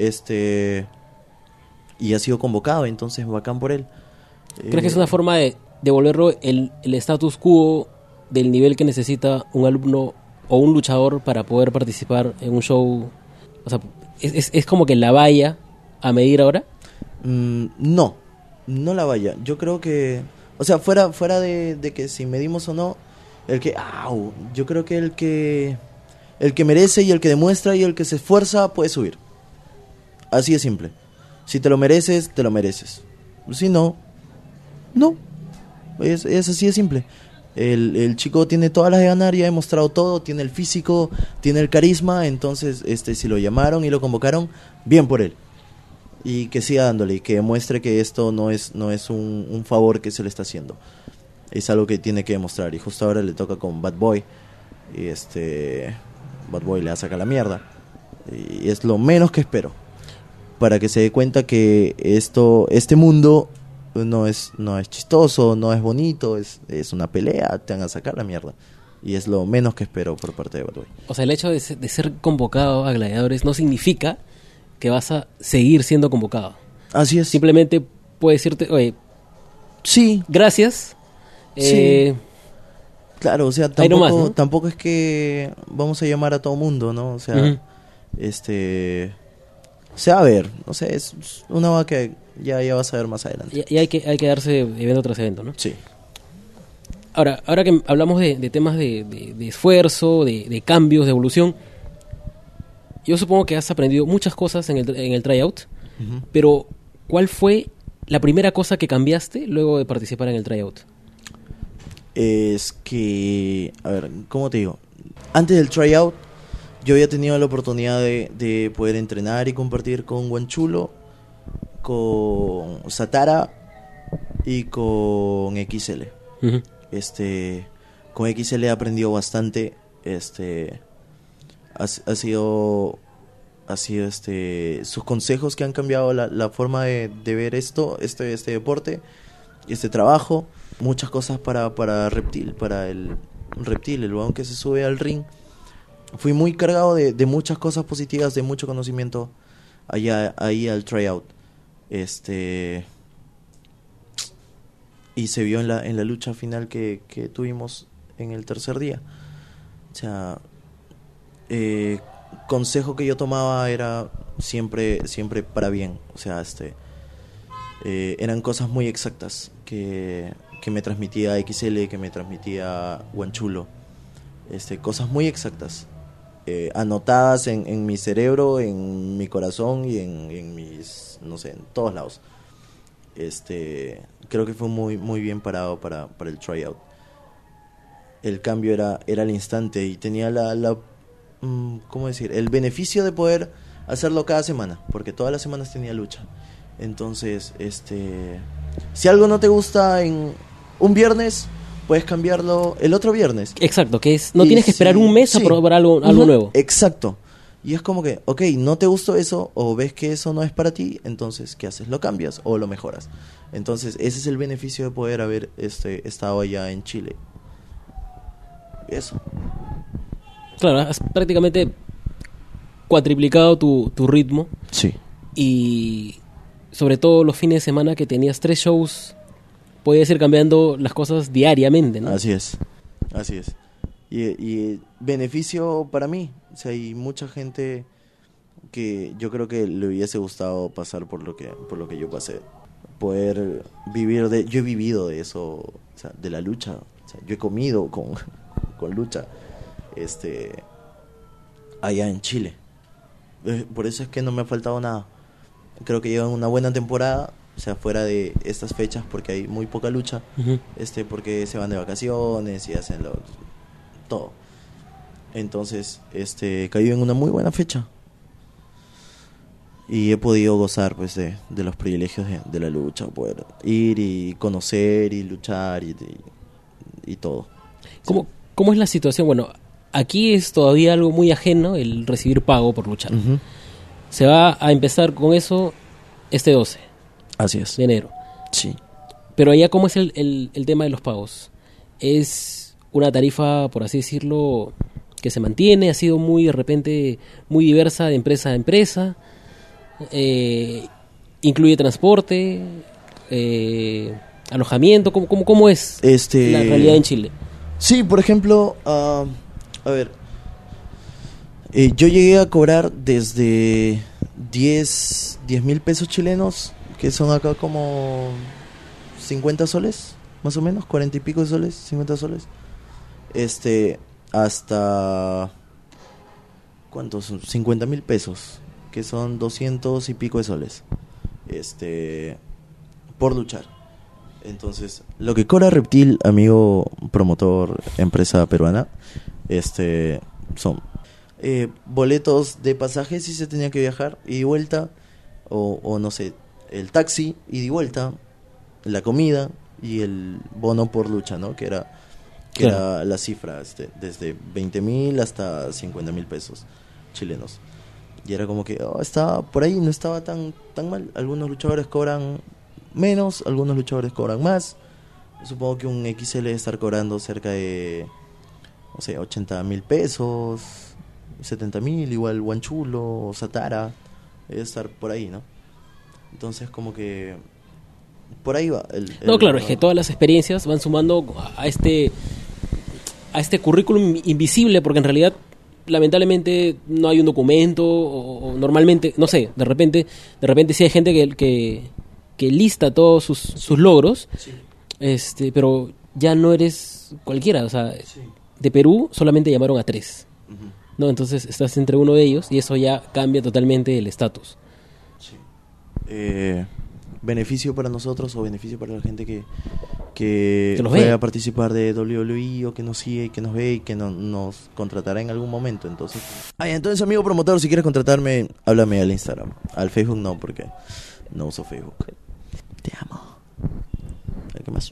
Y ha sido convocado, entonces bacán por él. ¿Crees que es una forma de devolverlo el status quo del nivel que necesita un alumno o un luchador para poder participar en un show? O sea, ¿es como que la valla a medir ahora? No la valla. Yo creo que, o sea, fuera de que si medimos o no, yo creo que el que merece y el que demuestra y el que se esfuerza puede subir. Así de simple. Si te lo mereces, te lo mereces. Si no, no. Es así de simple. El chico tiene todas las de ganar y ha demostrado todo. Tiene el físico, tiene el carisma. Entonces, si lo llamaron y lo convocaron, bien por él. Y que siga dándole y que demuestre que esto no es un favor que se le está haciendo. Es algo que tiene que demostrar. Y justo ahora le toca con Bad Boy. Y Bad Boy le va a sacar la mierda. Y es lo menos que espero. Para que se dé cuenta que este mundo no es chistoso, no es bonito, es una pelea, te van a sacar la mierda. Y es lo menos que espero por parte de Bad Boy. O sea, el hecho de ser convocado a Gladiadores no significa que vas a seguir siendo convocado. Así es. Simplemente puede decirte, oye, sí, gracias. Sí. Claro, o sea, tampoco, nomás, ¿no? Tampoco es que vamos a llamar a todo mundo, ¿no? O sea, se va a ver, no sé, es una va que ya vas a ver más adelante. Y hay que darse evento tras evento, ¿no? Sí. Ahora que hablamos de temas de esfuerzo, de cambios, de evolución, yo supongo que has aprendido muchas cosas en el tryout, pero ¿cuál fue la primera cosa que cambiaste luego de participar en el tryout? Es que, a ver, ¿cómo te digo? Antes del tryout, yo había tenido la oportunidad de poder entrenar y compartir con Guanchulo, con Satara y con XL. Uh-huh. Con XL he aprendido bastante. Ha sido sus consejos que han cambiado la forma de ver este deporte, este trabajo. Muchas cosas para Reptil, para el Reptil, el huevón que se sube al ring. Fui muy cargado de muchas cosas positivas, de mucho conocimiento ahí al tryout. Y se vio en la lucha final que tuvimos en el tercer día. O sea, consejo que yo tomaba era siempre para bien. O sea, eran cosas muy exactas que me transmitía XL, que me transmitía Guanchulo. Cosas muy exactas. Anotadas en mi cerebro, en mi corazón y en mis, no sé, en todos lados. Creo que fue muy, muy bien parado para el tryout. El cambio era al instante y tenía ¿cómo decir? El beneficio de poder hacerlo cada semana, porque todas las semanas tenía lucha. Entonces, si algo no te gusta en un viernes, puedes cambiarlo el otro viernes. Exacto, no tienes que esperar un mes a probar algo nuevo. Exacto. Y es como que, ok, no te gustó eso, o ves que eso no es para ti, entonces, ¿qué haces? ¿Lo cambias o lo mejoras? Entonces, ese es el beneficio de poder haber estado allá en Chile. Eso. Claro, has prácticamente cuatriplicado tu ritmo. Sí. Y sobre todo los fines de semana que tenías 3 shows, podías ir cambiando las cosas diariamente, ¿no? Así es. Y beneficio para mí. O sea, hay mucha gente que yo creo que le hubiese gustado pasar por lo que yo pasé. Poder vivir yo he vivido de eso, o sea, de la lucha. O sea, yo he comido con lucha, allá en Chile. Por eso es que no me ha faltado nada. Creo que llevan una buena temporada, o sea, fuera de estas fechas, porque hay muy poca lucha, Ujú. porque se van de vacaciones y hacen todo. Entonces, he caído en una muy buena fecha. Y he podido gozar, pues, de los privilegios de la lucha, poder ir y conocer y luchar y todo. ¿Cómo es la situación? Bueno, aquí es todavía algo muy ajeno el recibir pago por luchar. Ujú. Se va a empezar con eso este 12 Así es. de enero. Sí. Pero allá, ¿cómo es el tema de los pagos? ¿Es una tarifa, por así decirlo, que se mantiene? ¿Ha sido muy, de repente, muy diversa de empresa a empresa? ¿Incluye transporte? ¿Alojamiento? ¿Cómo es la realidad en Chile? Sí, por ejemplo, a ver, yo llegué a cobrar desde 10,000 pesos chilenos, que son acá como 50 soles, más o menos, 40 y pico de soles, 50 soles, hasta, ¿cuántos son? 50,000 pesos, que son 200 y pico de soles, por luchar. Entonces, lo que cobra Reptil, amigo promotor, empresa peruana, son boletos de pasaje si se tenía que viajar, ida y vuelta, o no sé, el taxi, ida y vuelta, la comida y el bono por lucha, ¿no? Que era la cifra, desde 20,000 hasta 50,000 pesos chilenos. Y era como que estaba por ahí, no estaba tan mal. Algunos luchadores cobran menos, algunos luchadores cobran más. Supongo que un XL debe estar cobrando cerca de, no sé, 80,000 pesos, 70,000, igual Guanchulo o Satara, debe estar por ahí, ¿no? Entonces, como que por ahí va. No, claro, es que todas las experiencias van sumando a este currículum invisible, porque en realidad, lamentablemente, no hay un documento, o normalmente, no sé, de repente sí hay gente que lista todos sus logros, Sí. pero ya no eres cualquiera, o sea, Sí. de Perú solamente llamaron a 3, Ujú. ¿no? Entonces estás entre uno de ellos y eso ya cambia totalmente el estatus. Sí. Beneficio para nosotros o beneficio para la gente que los fue ve. a participar de WWE o que nos sigue y que nos ve y que nos contratará en algún momento. Entonces, amigo promotor, si quieres contratarme, háblame al Instagram. Al Facebook no, porque no uso Facebook. Te amo. ¿Qué más?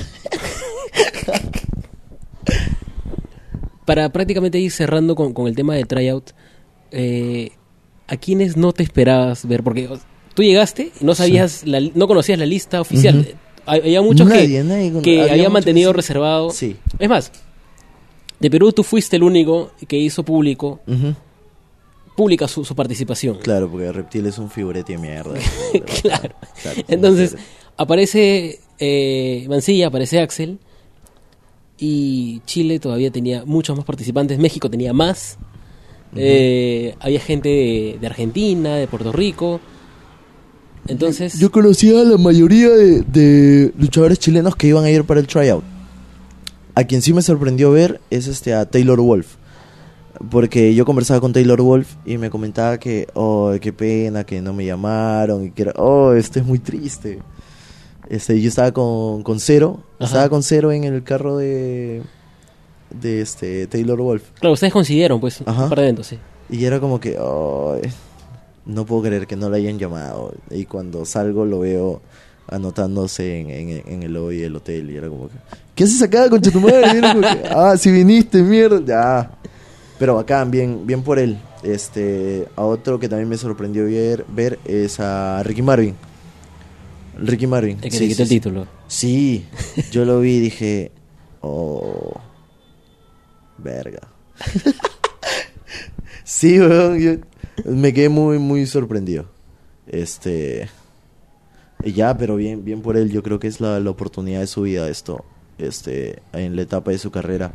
Para prácticamente ir cerrando con el tema de tryout, ¿a quiénes no te esperabas ver? Porque tú llegaste y no sabías, no conocías la lista oficial. Ujú. Había muchos Nadie, que había habían muchos mantenido que sí. reservado. Sí. Es más, de Perú tú fuiste el único que hizo Ujú. pública su participación. Claro, porque Reptil es un figurete de mierda. Claro. Claro, Entonces, figurete. aparece Mancilla, aparece Axel, y Chile todavía tenía muchos más participantes, México tenía más, había gente de Argentina, de Puerto Rico. Entonces, Yo conocía a la mayoría de luchadores chilenos que iban a ir para el tryout. A quien sí me sorprendió ver es a Taylor Wolf. Porque yo conversaba con Taylor Wolf y me comentaba que, qué pena que no me llamaron y que era, esto es muy triste. Yo estaba con Cero, Ajá. estaba con Cero en el carro de Taylor Wolf. claro, ustedes consiguieron pues Ajá. un par de eventos, sí. Y era como que, no puedo creer que no la hayan llamado. Y cuando salgo lo veo anotándose en el lobby del hotel. Y era como que, ¿qué haces acá, concha tu madre? Y era como que, si viniste, mierda. Ya. Pero bacán, bien por él. A otro que también me sorprendió ver es a Ricky Marvin. Ricky Marvin. El que te quitó el título. Sí, yo lo vi y dije, verga. Sí, weón, yo me quedé muy sorprendido. Y ya, pero bien por él. Yo creo que es la oportunidad de su vida esto. En la etapa de su carrera.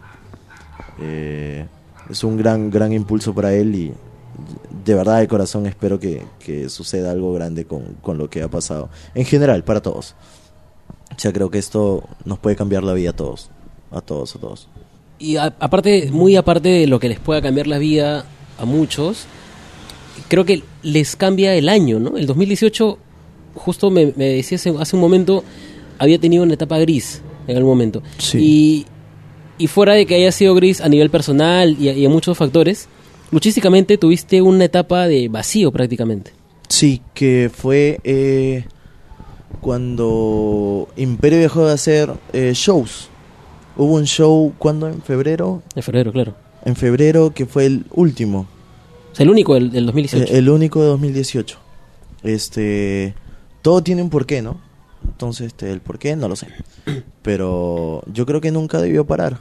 Es un gran impulso para él y de verdad de corazón espero que suceda algo grande con lo que ha pasado. En general, para todos. O sea, creo que esto nos puede cambiar la vida a todos. A todos. Y aparte, muy aparte de lo que les pueda cambiar la vida a muchos, creo que les cambia el año, ¿no? El 2018, justo me decía hace un momento, había tenido una etapa gris en algún momento. Sí. Y fuera de que haya sido gris a nivel personal y a muchos factores, luchísticamente tuviste una etapa de vacío prácticamente. Sí, que fue cuando Imperio dejó de hacer shows. Hubo un show, ¿cuándo? ¿En febrero? En febrero, claro. En febrero, que fue el último. O sea, el único del 2018. El único de 2018. Todo tiene un porqué, ¿no? Entonces, el porqué no lo sé. Pero yo creo que nunca debió parar.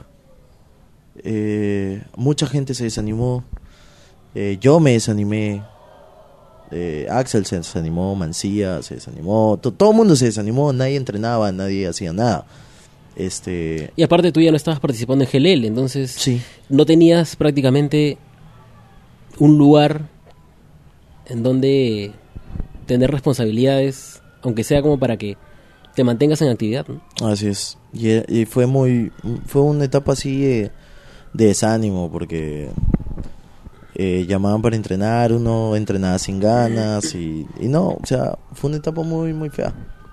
Mucha gente se desanimó. Yo me desanimé. Axel se desanimó, Mancía se desanimó. Todo el mundo se desanimó. Nadie entrenaba, nadie hacía nada. Y aparte tú ya no estabas participando en GLL, entonces sí. No tenías prácticamente un lugar en donde tener responsabilidades, aunque sea como para que te mantengas en actividad, ¿no? Así es. Y fue una etapa así de desánimo, porque llamaban para entrenar, uno entrenaba sin ganas y no, o sea, fue una etapa muy muy fea.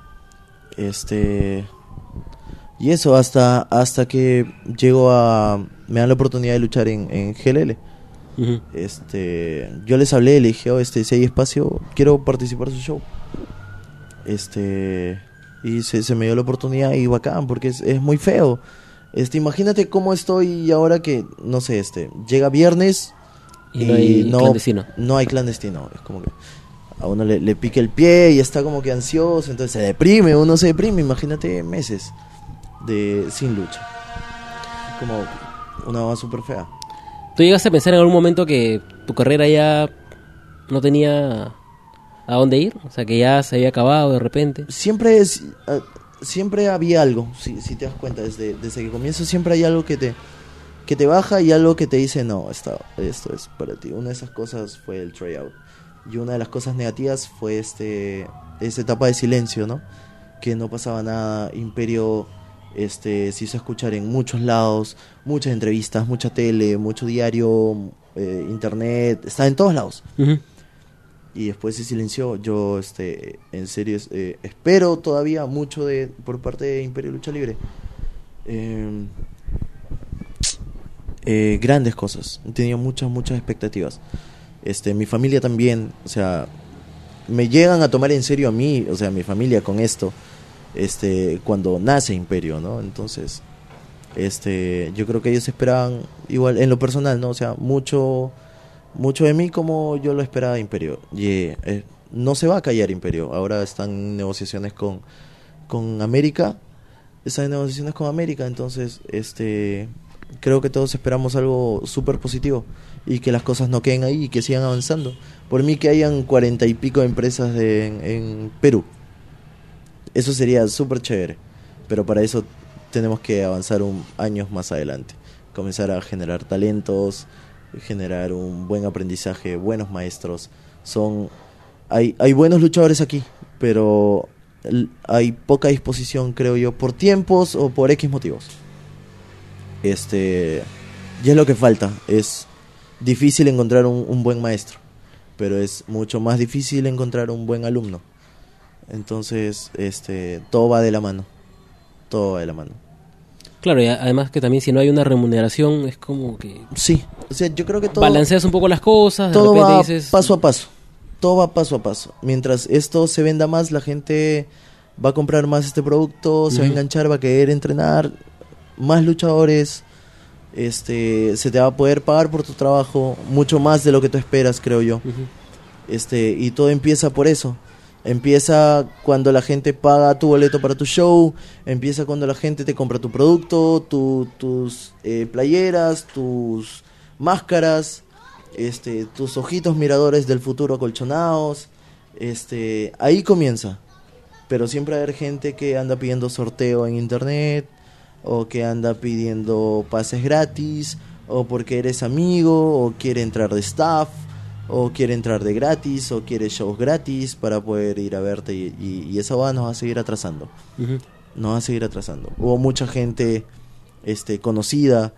Y eso hasta que me dan la oportunidad de luchar en GLL. Uh-huh. Yo les hablé, le dije, si hay espacio, quiero participar en su show. Y se me dio la oportunidad y bacán, porque es muy feo. Imagínate cómo estoy ahora que, no sé, llega viernes y no hay clandestino. No hay clandestino, es como que a uno le pica el pie y está como que ansioso, entonces uno se deprime, imagínate meses sin lucha. Es como una va súper fea. ¿Tú llegaste a pensar en algún momento que tu carrera ya no tenía a dónde ir? O sea, que ya se había acabado de repente. Siempre había algo, si te das cuenta, desde que comienzo siempre hay algo que te baja y algo que te dice, no, esto es para ti. Una de esas cosas fue el tryout. Y una de las cosas negativas fue esa etapa de silencio, ¿no? Que no pasaba nada. Imperio se hizo escuchar en muchos lados, muchas entrevistas, mucha tele, mucho diario, internet, estaba en todos lados. Uh-huh. Y después se silenció. Yo en serio espero todavía mucho por parte de Imperio Lucha Libre. Grandes cosas. Tenía muchas expectativas. Mi familia también, o sea, me llegan a tomar en serio a mí, o sea, mi familia con esto. Cuando nace Imperio, ¿no? Entonces, yo creo que ellos esperaban igual en lo personal, ¿no? O sea, mucho de mí como yo lo esperaba de Imperio. Y no se va a callar Imperio. Ahora están en negociaciones con América. Están en negociaciones con América, entonces, creo que todos esperamos algo súper positivo y que las cosas no queden ahí y que sigan avanzando. Por mí que hayan 40 y pico de empresas en Perú. Eso sería súper chévere, pero para eso tenemos que avanzar años más adelante, comenzar a generar talentos, generar un buen aprendizaje, buenos maestros. Hay buenos luchadores aquí, pero hay poca disposición, creo yo, por tiempos o por X motivos. Y es lo que falta. Es difícil encontrar un buen maestro, pero es mucho más difícil encontrar un buen alumno. Entonces, todo va de la mano. Claro, y además que también si no hay una remuneración es como que... Sí, o sea, yo creo que todo... Balanceas un poco las cosas, todo de repente va dices... paso a paso. Todo va paso a paso. Mientras esto se venda más, la gente va a comprar más este producto, se va a enganchar, va a querer entrenar, más luchadores, se te va a poder pagar por tu trabajo, mucho más de lo que tú esperas, creo yo. Y todo empieza por eso. Empieza cuando la gente paga tu boleto para tu show, empieza cuando la gente te compra tu producto, tus playeras, tus máscaras, tus ojitos miradores del futuro acolchonados. Ahí comienza. Pero siempre va a haber gente que anda pidiendo sorteo en internet, o que anda pidiendo pases gratis, o porque eres amigo, o quiere entrar de staff, o quiere entrar de gratis, o quiere shows gratis para poder ir a verte, y esa nos va a seguir atrasando. Nos va a seguir atrasando. Hubo mucha gente conocida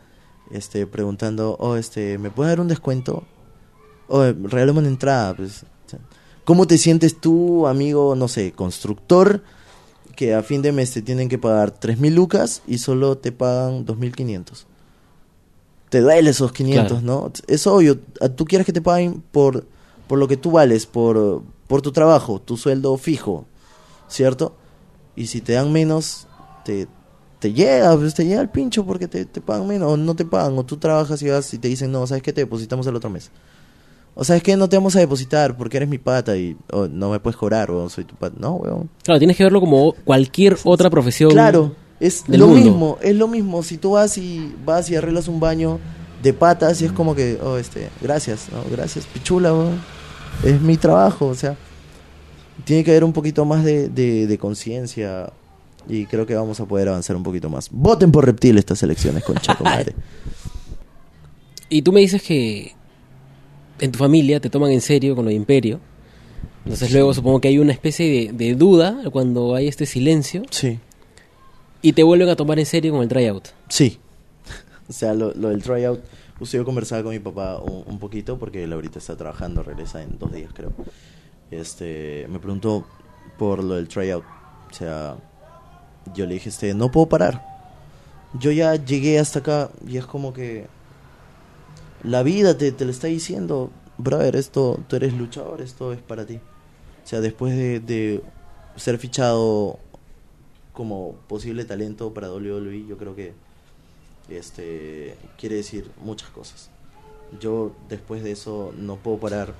preguntando, ¿me puedes dar un descuento? Regálame una entrada, pues. O sea, ¿cómo te sientes tú, amigo, no sé, constructor, que a fin de mes te tienen que pagar 3.000 lucas y solo te pagan 2.500? Te duele esos 500, claro. ¿No? Es obvio, tú quieres que te paguen por lo que tú vales, por tu trabajo, tu sueldo fijo, ¿cierto? Y si te dan menos, te llega, pues te llega el pincho porque te pagan menos, o no te pagan, o tú trabajas y vas y te dicen, no, ¿sabes qué? Te depositamos el otro mes. O ¿sabes qué? No te vamos a depositar porque eres mi pata y no me puedes cobrar, o soy tu pata. No, weón. Claro, tienes que verlo como cualquier otra profesión. Claro, es del lo mundo. mismo, es lo mismo. Si tú vas y arreglas un baño de patas y es como que, gracias, no, gracias, pichula, weón. Es mi trabajo, o sea, tiene que haber un poquito más de conciencia y creo que vamos a poder avanzar un poquito más. Voten por Reptil estas elecciones, concha tu madre. Y tú me dices que en tu familia te toman en serio con lo de Imperio. Entonces luego supongo que hay una especie de duda cuando hay este silencio. Sí. Y te vuelven a tomar en serio con el tryout. Sí. O sea, lo del tryout, justo yo conversaba con mi papá un poquito porque él ahorita está trabajando, regresa en 2 días creo. Me preguntó por lo del tryout. O sea, yo le dije, no puedo parar. Yo ya llegué hasta acá y es como que la vida te lo está diciendo, brother, tú eres luchador, esto es para ti. O sea, después de ser fichado como posible talento para WWE, yo creo que quiere decir muchas cosas. Yo después de eso no puedo parar.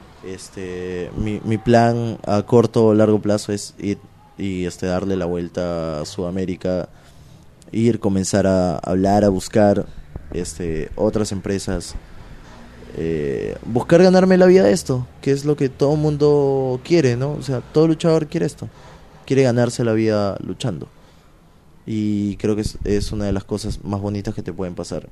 Mi plan a corto o largo plazo es ir y darle la vuelta a Sudamérica, comenzar a hablar, a buscar otras empresas, buscar ganarme la vida de esto, que es lo que todo mundo quiere, ¿no? O sea, todo luchador quiere esto, quiere ganarse la vida luchando. Y creo que es una de las cosas más bonitas que te pueden pasar,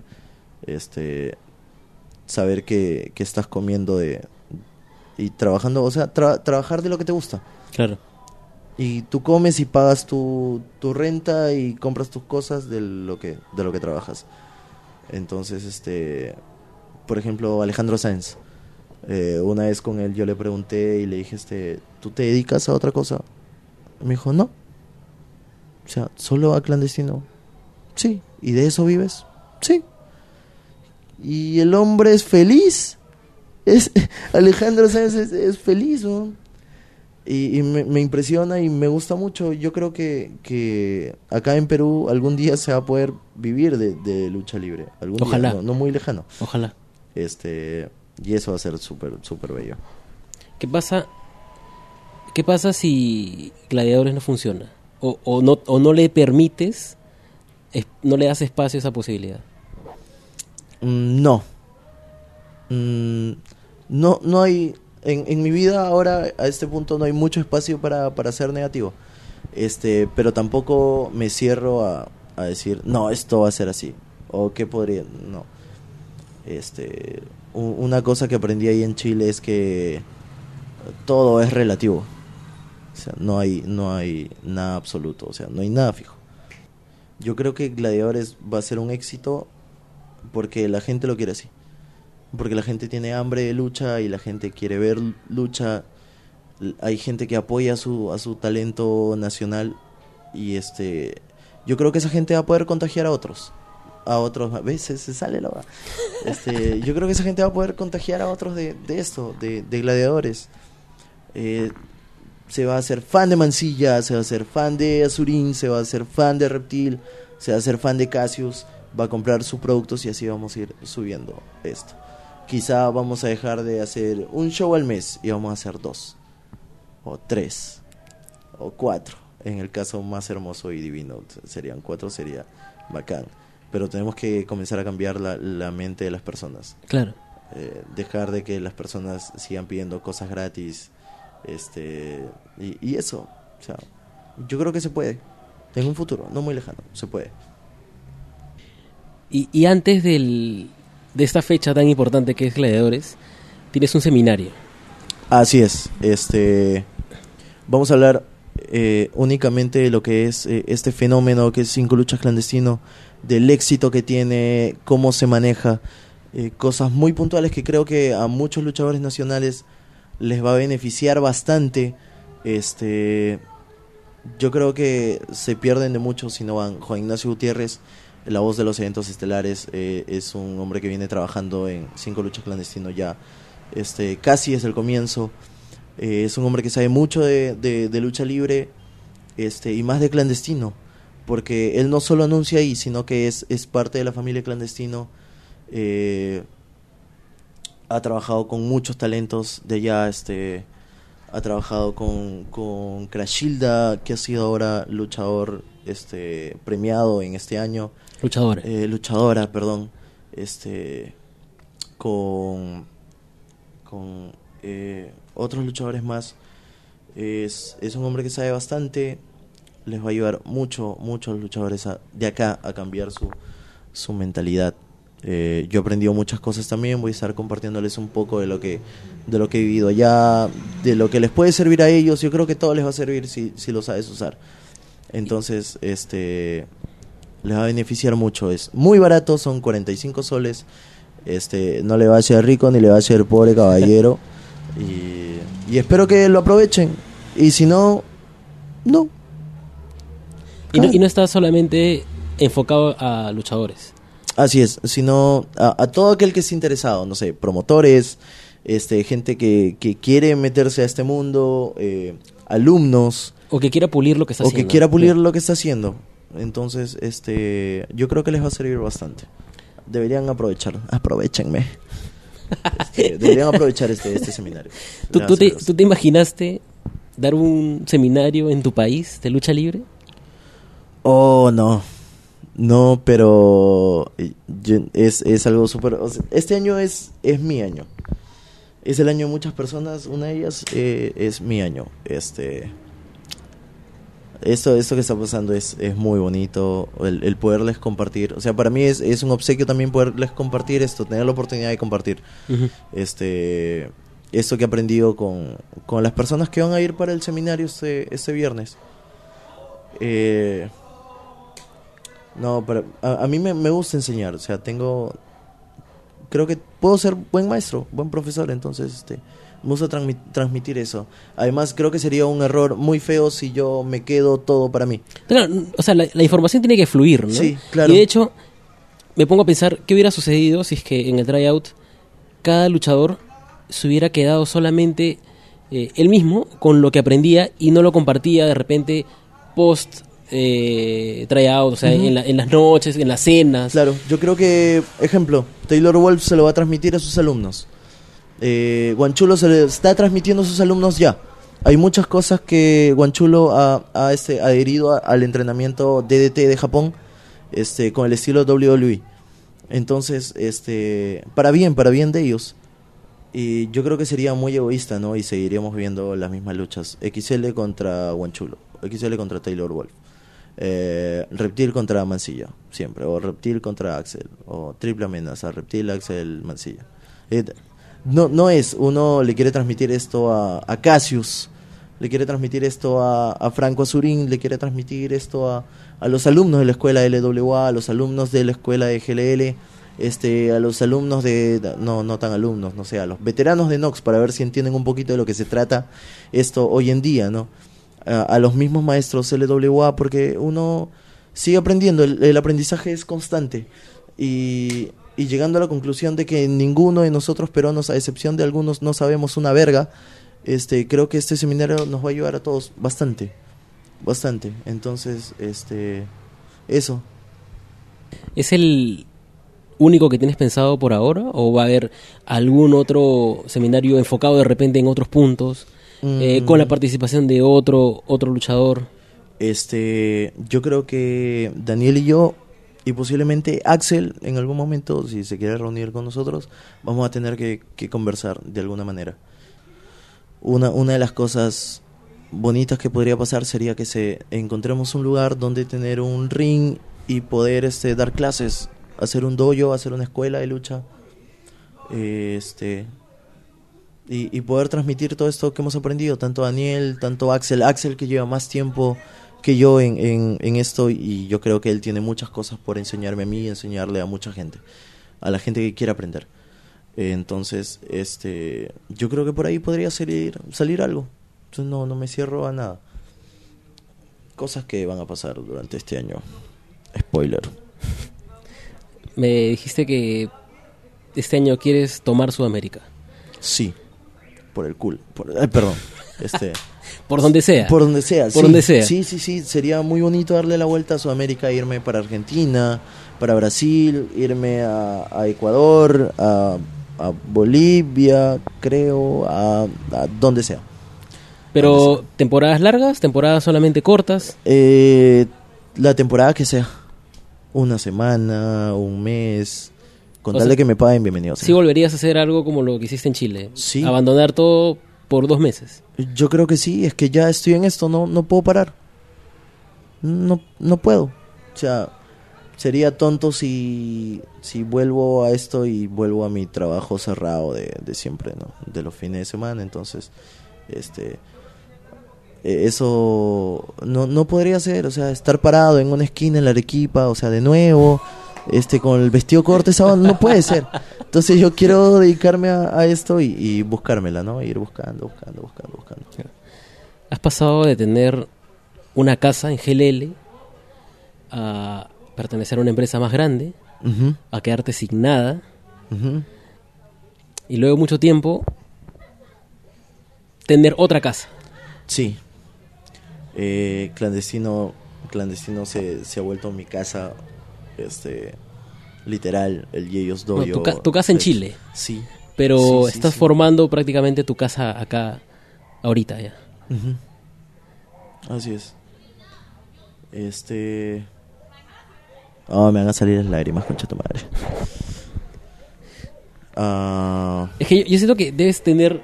saber que estás comiendo y trabajando, o sea, trabajar de lo que te gusta. Claro. Y tú comes y pagas tu renta y compras tus cosas de lo que trabajas. Entonces, por ejemplo, Alejandro Sáenz, una vez con él yo le pregunté y le dije, ¿tú te dedicas a otra cosa? Me dijo, no. O sea, ¿solo a clandestino? Sí. ¿Y de eso vives? Sí. Y el hombre es feliz. Alejandro Sáenz es feliz, ¿no? Y me impresiona y me gusta mucho. Yo creo que acá en Perú algún día se va a poder vivir de lucha libre. Ojalá. Día, no muy lejano. Ojalá. Y eso va a ser súper súper bello. ¿Qué pasa si Gladiadores no funciona? O no le permites, no le das espacio a esa posibilidad. No hay en mi vida ahora a este punto no hay mucho espacio para ser negativo, pero tampoco me cierro a decir no, esto va a ser así o qué podría, no. Una cosa que aprendí ahí en Chile es que todo es relativo. O sea, no hay nada absoluto, o sea, no hay nada fijo. Yo creo que Gladiadores va a ser un éxito porque la gente lo quiere así. Porque la gente tiene hambre de lucha y la gente quiere ver lucha. Hay gente que apoya a su talento nacional y yo creo que esa gente va a poder contagiar a otros. A veces se sale la yo creo que esa gente va a poder contagiar a otros de esto, de Gladiadores. Se va a hacer fan de Mancilla, se va a hacer fan de Azurín, se va a hacer fan de Reptil, se va a hacer fan de Cassius, va a comprar sus productos y así vamos a ir subiendo esto. Quizá vamos a dejar de hacer un show al mes y vamos a hacer 2 o 3 o 4. En el caso más hermoso y divino serían 4, sería bacán. Pero tenemos que comenzar a cambiar la mente de las personas. Claro. Dejar de que las personas sigan pidiendo cosas gratis. Y eso, o sea, yo creo que se puede. En un futuro, no muy lejano, se puede. Y antes de esta fecha tan importante que es Gladiadores, tienes un seminario. Así es. Vamos a hablar únicamente de lo que es este fenómeno que es 5 luchas clandestino, del éxito que tiene, cómo se maneja, cosas muy puntuales que creo que a muchos luchadores nacionales les va a beneficiar bastante. Yo creo que se pierden de mucho si no van. Juan Ignacio Gutiérrez, la voz de los eventos estelares, es un hombre que viene trabajando en 5 luchas clandestino ya, casi es el comienzo. Es un hombre que sabe mucho de lucha libre, y más de clandestino, porque él no solo anuncia ahí, sino que es parte de la familia clandestino. Ha trabajado con muchos talentos de allá, ha trabajado con Crashilda, que ha sido ahora luchador premiado en este año. Luchadora, perdón. Con otros luchadores más. Es un hombre que sabe bastante. Les va a ayudar mucho a los luchadores de acá a cambiar su mentalidad. Yo he aprendido muchas cosas también. Voy a estar compartiéndoles un poco de lo que he vivido allá, de lo que les puede servir a ellos. Yo creo que todo les va a servir si lo sabes usar. Entonces, les va a beneficiar mucho. Es muy barato, son 45 soles. No le va a hacer rico ni le va a hacer pobre caballero. Y espero que lo aprovechen. Y si no, no. Y no está solamente enfocado a luchadores. Así es, sino a todo aquel que esté interesado, no sé, promotores, gente que quiere meterse a este mundo, alumnos. O que quiera pulir lo que está haciendo. O que quiera pulir lo que está haciendo. Entonces, yo creo que les va a servir bastante. Deberían aprovechenme. Deberían aprovechar este seminario. ¿Tú te imaginaste dar un seminario en tu país de lucha libre? Oh, no, pero es algo súper... O sea, este año es mi año. Es el año de muchas personas. Una de ellas es mi año. Esto que está pasando es muy bonito, el poderles compartir. O sea, para mí es un obsequio también poderles compartir esto, tener la oportunidad de compartir. Uh-huh. Esto que he aprendido con las personas que van a ir para el seminario este viernes. No, pero a mí me gusta enseñar. O sea, creo que puedo ser buen maestro, buen profesor. Entonces, me gusta transmitir eso. Además, creo que sería un error muy feo si yo me quedo todo para mí. Claro, o sea, la información tiene que fluir, ¿no? Sí, claro. Y de hecho, me pongo a pensar qué hubiera sucedido si es que en el tryout cada luchador se hubiera quedado solamente él mismo con lo que aprendía y no lo compartía de repente post tryout, o sea, uh-huh, en las noches, en las cenas. Claro, yo creo que, ejemplo, Taylor Wolf se lo va a transmitir a sus alumnos. Guanchulo se le está transmitiendo a sus alumnos ya. Hay muchas cosas que Guanchulo ha adherido al entrenamiento DDT de Japón, con el estilo WWE. Entonces, para bien de ellos. Y yo creo que sería muy egoísta, ¿no? Y seguiríamos viendo las mismas luchas. XL contra Guanchulo, XL contra Taylor Wolf, Reptil contra Mancilla, siempre. O Reptil contra Axel, o triple amenaza, Reptil, Axel, Mancilla. No es, uno le quiere transmitir esto a Cassius, le quiere transmitir esto a Franco Azurín, le quiere transmitir esto a los alumnos de la escuela LWA, a los alumnos de la escuela de GLL, a los alumnos no tan alumnos, no sé, a los veteranos de Nox, para ver si entienden un poquito de lo que se trata esto hoy en día, ¿no? A los mismos maestros LWA, porque uno sigue aprendiendo, el aprendizaje es constante, y llegando a la conclusión de que ninguno de nosotros peruanos, a excepción de algunos, no sabemos una verga. Creo que este seminario nos va a ayudar a todos bastante. Entonces, eso. ¿Es el único que tienes pensado por ahora? ¿O va a haber algún otro seminario enfocado de repente en otros puntos? Con la participación de otro luchador. Yo creo que Daniel y yo, y posiblemente Axel, en algún momento, si se quiere reunir con nosotros, vamos a tener que conversar de alguna manera. Una de las cosas bonitas que podría pasar sería que encontremos un lugar donde tener un ring y poder dar clases, hacer un dojo, hacer una escuela de lucha. y poder transmitir todo esto que hemos aprendido, tanto Daniel, tanto Axel que lleva más tiempo que yo en esto, y yo creo que él tiene muchas cosas por enseñarme a mí y enseñarle a mucha gente, a la gente que quiere aprender. Entonces, yo creo que por ahí podría salir algo. Entonces no me cierro a nada. Cosas que van a pasar durante este año. Spoiler. Me dijiste que este año quieres tomar Sudamérica. Sí. Por el cool. Perdón. Por donde sea. Por donde sea. Por donde sea. Sí. Sería muy bonito darle la vuelta a Sudamérica, irme para Argentina, para Brasil, irme a Ecuador, a Bolivia, creo, a donde sea. Pero temporadas largas, temporadas solamente cortas. La temporada que sea. Una semana, un mes. Con O tal sea, de que me paguen, bienvenido. ¿Sí volverías a hacer algo como lo que hiciste en Chile? Sí. Abandonar todo por 2 meses. Yo creo que sí, es que ya estoy en esto, no puedo parar. No puedo. O sea, sería tonto si vuelvo a esto y vuelvo a mi trabajo cerrado de siempre, ¿no? De los fines de semana. Entonces, eso no podría ser. O sea, estar parado en una esquina en la Arequipa, o sea, de nuevo, con el vestido corto, eso no puede ser. Entonces yo quiero dedicarme a esto y buscármela, ¿no? Ir buscando. Has pasado de tener una casa en GLL a pertenecer a una empresa más grande, Uh-huh. a quedarte sin nada, Uh-huh. y luego mucho tiempo tener otra casa. Sí. Clandestino se ha vuelto mi casa, literal, el Yeyos No, Doyo. tu casa en Chile, Sí. pero Sí, estás sí. formando prácticamente tu casa acá ahorita ya. Ujú. Así es. Me van a salir las lágrimas, concha tu madre. Es que yo siento que debes tener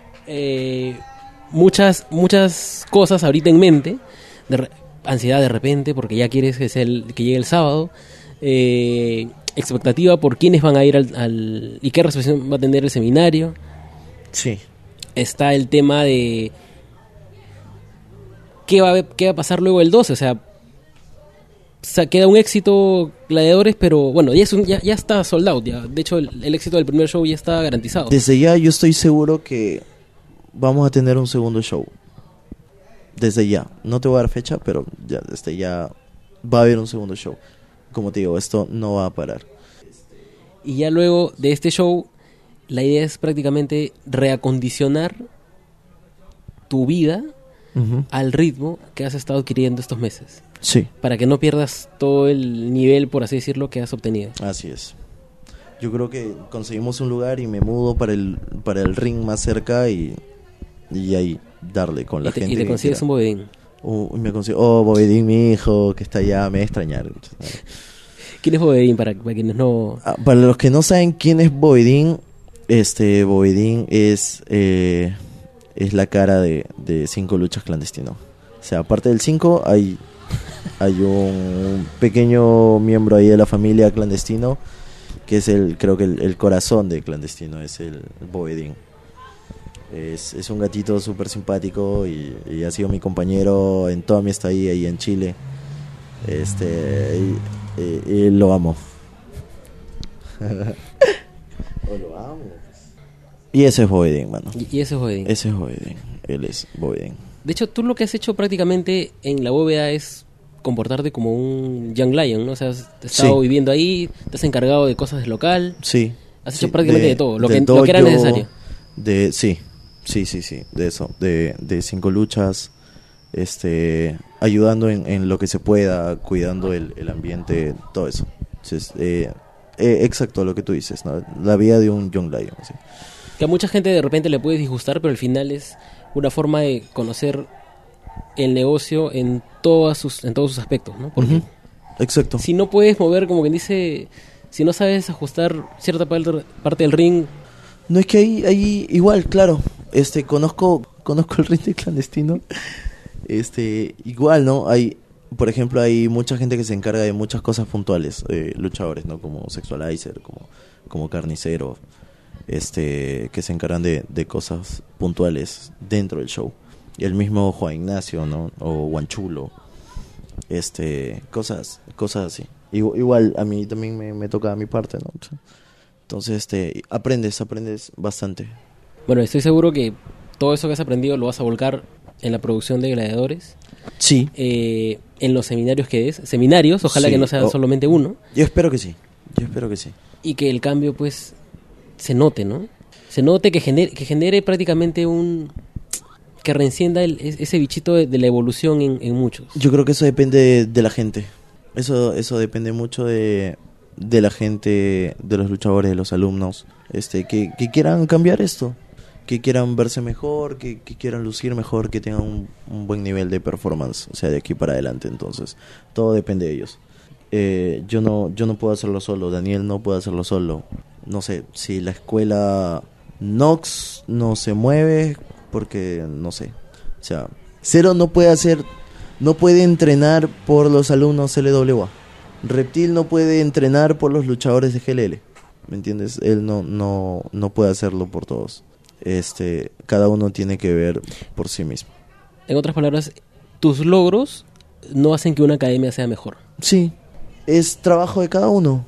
muchas cosas ahorita en mente, ansiedad de repente porque ya quieres que llegue el sábado, expectativa por quiénes van a ir al y qué recepción va a tener el seminario. Sí. Está el tema de qué va a pasar luego el 12, o sea, queda un éxito Gladiadores, pero bueno, ya está sold out ya. De hecho, el éxito del primer show ya está garantizado. Desde ya yo estoy seguro que vamos a tener un segundo show. Desde ya. No te voy a dar fecha, pero ya desde ya va a haber un segundo show. Como te digo, esto no va a parar. Y ya luego de este show, la idea es prácticamente reacondicionar tu vida Uh-huh. al ritmo que has estado adquiriendo estos meses, Sí, para que no pierdas todo el nivel, por así decirlo, que has obtenido. así es. Yo creo que conseguimos un lugar y me mudo para el ring más cerca y ahí darle con la gente. Y te que consigues quiera. un bovedín. Me consigo, Bovedín, mi hijo, que está allá, me va a extrañar. ¿Quién es Bovedín para quienes no...? Para los que no saben quién es Bovedín, Bovedín es la cara de 5 luchas clandestino. O sea, aparte del 5 hay un pequeño miembro ahí de la familia clandestino que es creo que el corazón de clandestino, es el Bovedín. Es un gatito súper simpático y ha sido mi compañero en toda mi estadía ahí en Chile. Y lo amo. Lo amo. Y ese es Bovedín, mano. Y ese es Bovedín. Ese es Bovedín. Él es Bovedín. De hecho, tú lo que has hecho prácticamente en la bóveda es comportarte como un Young Lion, ¿no? O sea, has estado Sí. viviendo ahí, te has encargado de cosas del local. Sí. Has hecho Sí, prácticamente de todo, lo que del era dojo, necesario. Sí, de eso, de 5 luchas, ayudando en lo que se pueda, cuidando el ambiente, todo eso. Entonces, exacto lo que tú dices, ¿no? La vida de un Young Lion, sí. Que a mucha gente de repente le puede disgustar, pero al final es una forma de conocer el negocio en todos sus aspectos, ¿no? Porque Ujú. Exacto. si no puedes mover, como quien dice, si no sabes ajustar cierta parte del ring, No, es que ahí igual, claro, conozco el ring de clandestino, igual, ¿no? Por ejemplo, hay mucha gente que se encarga de muchas cosas puntuales, luchadores, ¿no? Como Sexualizer, como Carnicero, que se encargan de cosas puntuales dentro del show. Y el mismo Juan Ignacio, ¿no? O Guanchulo, cosas así. Igual a mí también me toca mi parte, ¿no? Entonces, aprendes bastante. Bueno, estoy seguro que todo eso que has aprendido lo vas a volcar en la producción de Gladiadores. Sí. En los seminarios que des. Seminarios, ojalá Sí. que no sea solamente uno. Yo espero que sí. Y que el cambio, pues, se note, ¿no? Se note, que genere prácticamente que reencienda ese bichito de la evolución en muchos. Yo creo que eso depende de la gente. Eso depende mucho de la gente, de los luchadores, de los alumnos, que quieran cambiar esto, que quieran verse mejor, que quieran lucir mejor, que tengan un buen nivel de performance, o sea, de aquí para adelante. Entonces, todo depende de ellos. Yo no puedo hacerlo solo, Daniel no puede hacerlo solo. No sé, si la escuela Nox no se mueve, porque no sé, o sea, Cero no puede entrenar por los alumnos LWA. Reptil no puede entrenar por los luchadores de GLL, ¿me entiendes? Él no puede hacerlo por todos. Cada uno tiene que ver por sí mismo. En otras palabras, tus logros no hacen que una academia sea mejor. Sí, es trabajo de cada uno.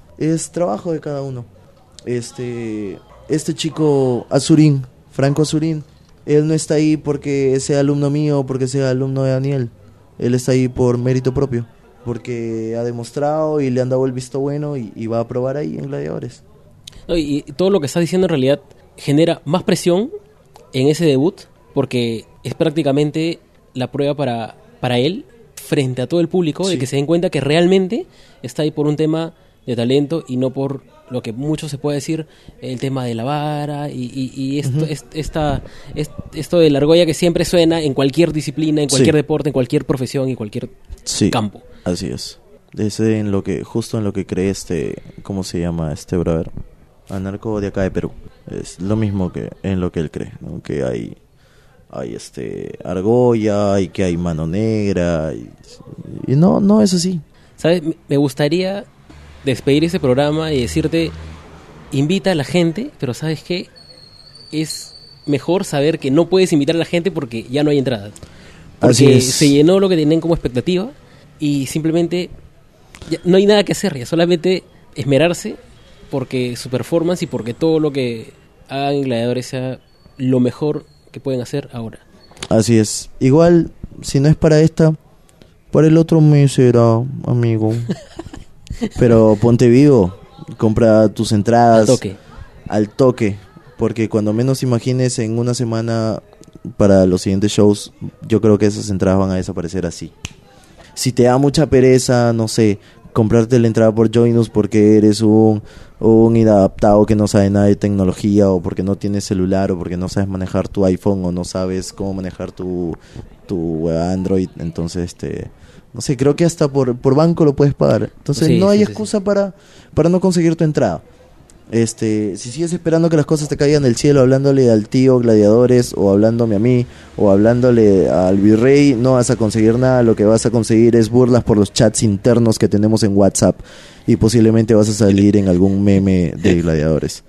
Este chico Azurín, Franco Azurín, él no está ahí porque sea alumno mío o porque sea alumno de Daniel. Él está ahí por mérito propio, porque ha demostrado y le han dado el visto bueno y va a probar ahí en Gladiadores. No, y todo lo que estás diciendo en realidad genera más presión en ese debut, porque es prácticamente la prueba para él frente a todo el público, Sí. de que se den cuenta que realmente está ahí por un tema de talento y no por lo que mucho se puede decir, el tema de la vara y esto, esto de la argolla que siempre suena en cualquier disciplina, en cualquier Sí. deporte, en cualquier profesión y cualquier campo. Así es. Justo en lo que cree ¿cómo se llama este brother? Anarco de acá de Perú. Es lo mismo que en lo que él cree, ¿no? Que hay argolla y que hay mano negra y no es así. ¿Sabes? Me gustaría despedir ese programa y decirte, invita a la gente, pero ¿sabes qué? Es mejor saber que no puedes invitar a la gente porque ya no hay entradas. Así Porque es. se llenó lo que tenían como expectativa y simplemente ya no hay nada que hacer, ya solamente esmerarse porque su performance y porque todo lo que hagan en Gladiadores sea lo mejor que pueden hacer ahora. Así es. Igual, si no es para el otro mes será, amigo. Pero ponte vivo, compra tus entradas al toque, porque cuando menos imagines en una semana para los siguientes shows, yo creo que esas entradas van a desaparecer así. Si te da mucha pereza, no sé, comprarte la entrada por Joinus porque eres un inadaptado que no sabe nada de tecnología, o porque no tienes celular, o porque no sabes manejar tu iPhone, o no sabes cómo manejar tu Android, entonces no sé, creo que hasta por banco lo puedes pagar. Entonces Sí, no hay sí, excusa para no conseguir tu entrada. Si sigues esperando que las cosas te caigan del cielo, hablándole al tío Gladiadores, o hablándome a mí, o hablándole al virrey, no vas a conseguir nada. Lo que vas a conseguir es burlas por los chats internos que tenemos en WhatsApp, y posiblemente vas a salir en algún meme de Gladiadores.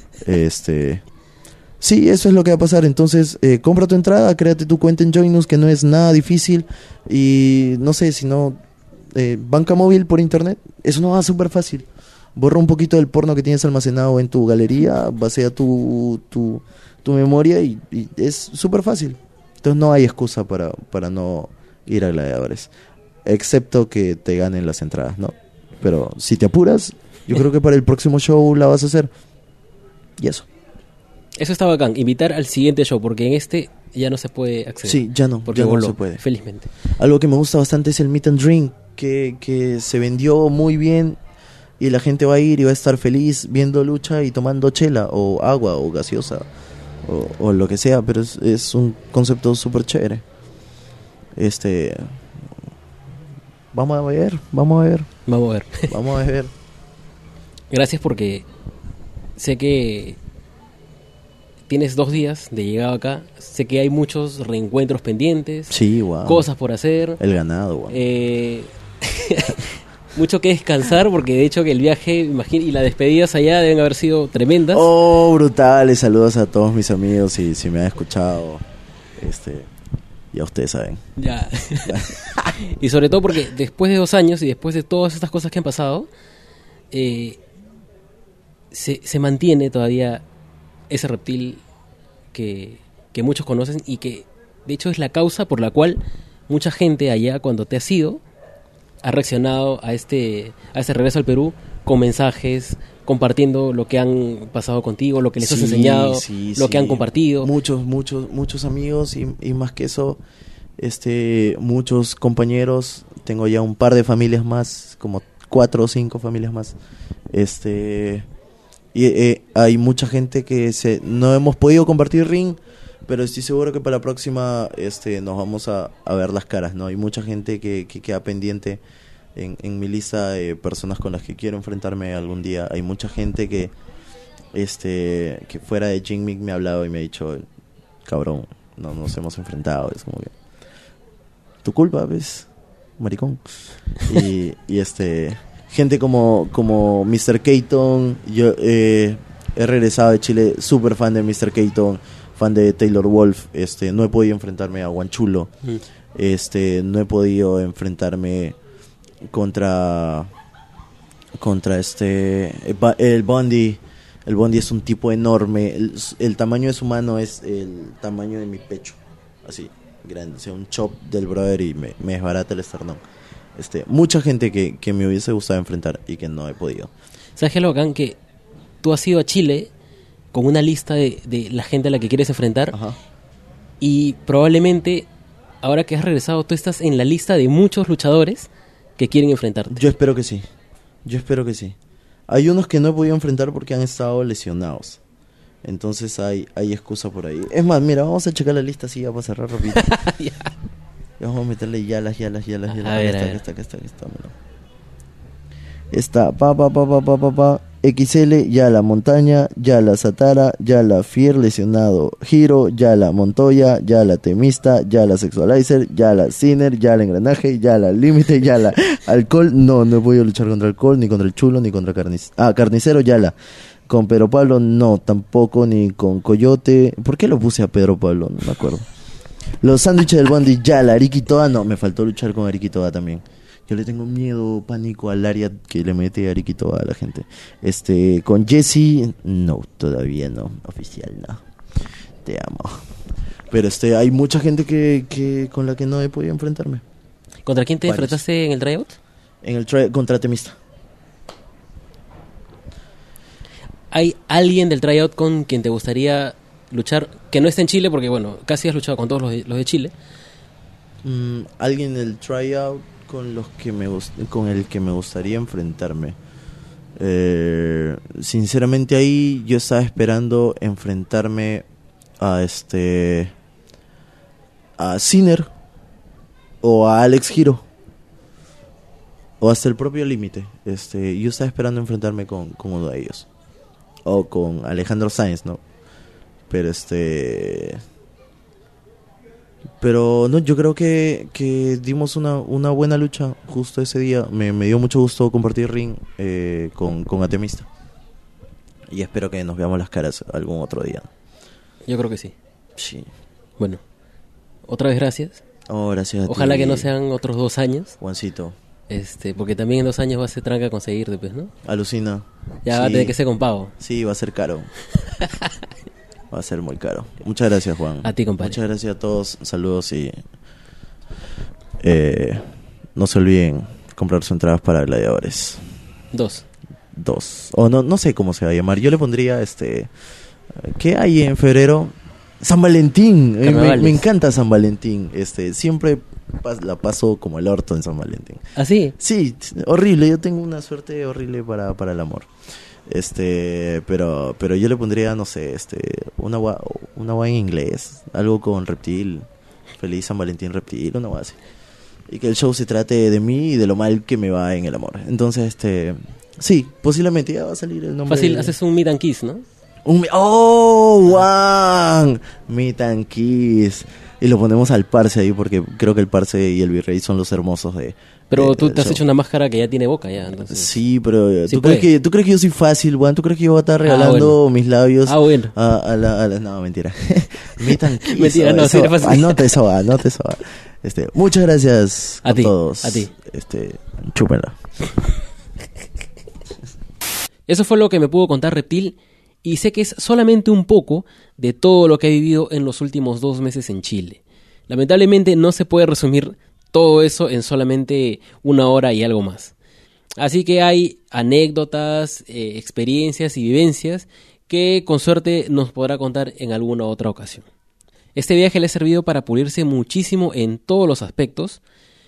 Sí, eso es lo que va a pasar. Entonces, compra tu entrada, créate tu cuenta en Joinus, que no es nada difícil. Y no sé, si no, banca móvil por internet, eso no va súper fácil. Borra un poquito del porno que tienes almacenado en tu galería, vacía tu memoria y es súper fácil. Entonces no hay excusa para no ir a Gladiadores, excepto que te ganen las entradas, ¿no? Pero si te apuras, yo creo que para el próximo show la vas a hacer. Y eso. Eso está bacán, invitar al siguiente show, porque en este ya no se puede acceder. Sí, ya no voló, se puede. Felizmente. Algo que me gusta bastante es el meet and drink, que se vendió muy bien, y la gente va a ir y va a estar feliz viendo lucha y tomando chela o agua o gaseosa o lo que sea, pero es un concepto súper chévere. Vamos a ver. Vamos a ver. Vamos a ver. Gracias, porque sé que tienes 2 días de llegado acá. Sé que hay muchos reencuentros pendientes. Sí, wow. Cosas por hacer. El ganado, wow. mucho que descansar, porque de hecho que el viaje, y las despedidas allá deben haber sido tremendas. Oh, brutales. Saludos a todos mis amigos y si me han escuchado, ya ustedes saben. Ya. Y sobre todo porque después de 2 años y después de todas estas cosas que han pasado, se mantiene todavía ese reptil que muchos conocen y que de hecho es la causa por la cual mucha gente allá, cuando te has ido, ha reaccionado a este regreso al Perú con mensajes, compartiendo lo que han pasado contigo, lo que les has enseñado, lo que han compartido. Muchos amigos y más que eso, muchos compañeros. Tengo ya un par de familias más, como 4 o 5 familias más. Y hay mucha gente que no hemos podido compartir ring, pero estoy seguro que para la próxima nos vamos a ver las caras, ¿no? Hay mucha gente que queda pendiente en mi lista de personas con las que quiero enfrentarme algún día. Hay mucha gente que fuera de Jinmic me ha hablado y me ha dicho, cabrón, no nos hemos enfrentado. Es como que tu culpa, ¿ves? Maricón. Y gente como Mr. Keaton. Yo he regresado de Chile, súper fan de Mr. Keaton, fan de Taylor Wolf. No he podido enfrentarme a Guanchulo. No he podido enfrentarme contra el Bundy. El Bundy es un tipo enorme. El tamaño de su mano es el tamaño de mi pecho, así grande, o sea, un chop del brother y me desbarata el esternón. Mucha gente que me hubiese gustado enfrentar y que no he podido. ¿Sabes qué, Logan? Que tú has ido a Chile con una lista de la gente a la que quieres enfrentar. Ajá. Y probablemente ahora que has regresado tú estás en la lista de muchos luchadores que quieren enfrentarte. Yo espero que sí. Hay unos que no he podido enfrentar porque han estado lesionados. Entonces hay excusa por ahí. Es más, mira, vamos a checar la lista así ya para cerrar rápido. Ya. Y vamos a meterle yalas. A ver, Aquí está, mira. Está XL, Yala Montaña, Yala Satara, Yala Fier lesionado, Giro, Yala Montoya, Yala Temista, Yala Sexualizer, Yala Sinner, Yala Engranaje, Yala Límite, Yala Alcohol. No he podido luchar contra Alcohol, ni contra el Chulo, ni contra Carnicero, Yala. Con Pedro Pablo no, tampoco, ni con Coyote. ¿Por qué lo puse a Pedro Pablo? No me acuerdo. Los sándwiches del Bondi, Yala, Ariki Toa, no, me faltó luchar con Ariki Toa también. Yo le tengo miedo, pánico al área que le mete Ariki Toa a la gente. Con Jesse, no, todavía no, oficial no. Te amo. Pero hay mucha gente que con la que no he podido enfrentarme. ¿Contra quién te enfrentaste en el tryout? Contra Temista. ¿Hay alguien del tryout con quien te gustaría luchar que no esté en Chile? Porque bueno, casi has luchado con todos los de Chile. Alguien del tryout con el que me gustaría enfrentarme. Sinceramente ahí yo estaba esperando enfrentarme a Sinner o a Alex Giro o hasta el propio Límite. Yo estaba esperando enfrentarme con uno de ellos o con Alejandro Sáenz, ¿no? Pero no, yo creo que dimos una buena lucha justo ese día. Me dio mucho gusto compartir ring con Atemista. Y espero que nos veamos las caras algún otro día. Yo creo que sí. Sí. Bueno, otra vez gracias. Oh, gracias a Ojalá ti, que no sean otros 2 años. Juancito. Porque también en 2 años va a ser tranca conseguirte, pues, ¿no? Alucina. Ya va a tener que ser con pago. Sí, va a ser caro. Va a ser muy caro. Muchas gracias, Juan. A ti, compadre. Muchas gracias a todos. Saludos y no se olviden comprar sus entradas para Gladiadores. 2. O no sé cómo se va a llamar. Yo le pondría ¿qué hay en febrero? San Valentín. Me encanta San Valentín. Siempre la paso como el orto en San Valentín. ¿Ah, sí? Sí, horrible. Yo tengo una suerte horrible para el amor. Pero yo le pondría, no sé, una agua en inglés, algo con Reptil, Feliz San Valentín Reptil, una agua así. Y que el show se trate de mí y de lo mal que me va en el amor. Entonces, sí, posiblemente ya va a salir el nombre. Fácil, haces un meet and kiss, ¿no? ¡Oh, Juan! Meet and kiss. Y lo ponemos al Parce ahí porque creo que el Parce y el Virrey son los hermosos Pero tú te has show. hecho una máscara que ya tiene boca, ya. Entonces... Sí, pero Sí ¿tú puede. crees que yo soy fácil, weón? ¿Tú crees que yo voy a estar regalando bueno. mis labios Bueno. a la... No, mentira. Metan kiss, Mentira, no, sí, eso, eres fácil. Anota eso. Muchas gracias A ti, todos. a ti. Chúpenla. Eso fue lo que me pudo contar Reptil, y sé que es solamente un poco de todo lo que he vivido en los últimos 2 meses en Chile. Lamentablemente no se puede resumir todo eso en solamente 1 hora y algo más. Así que hay anécdotas, experiencias y vivencias que con suerte nos podrá contar en alguna otra ocasión. Este viaje le ha servido para pulirse muchísimo en todos los aspectos,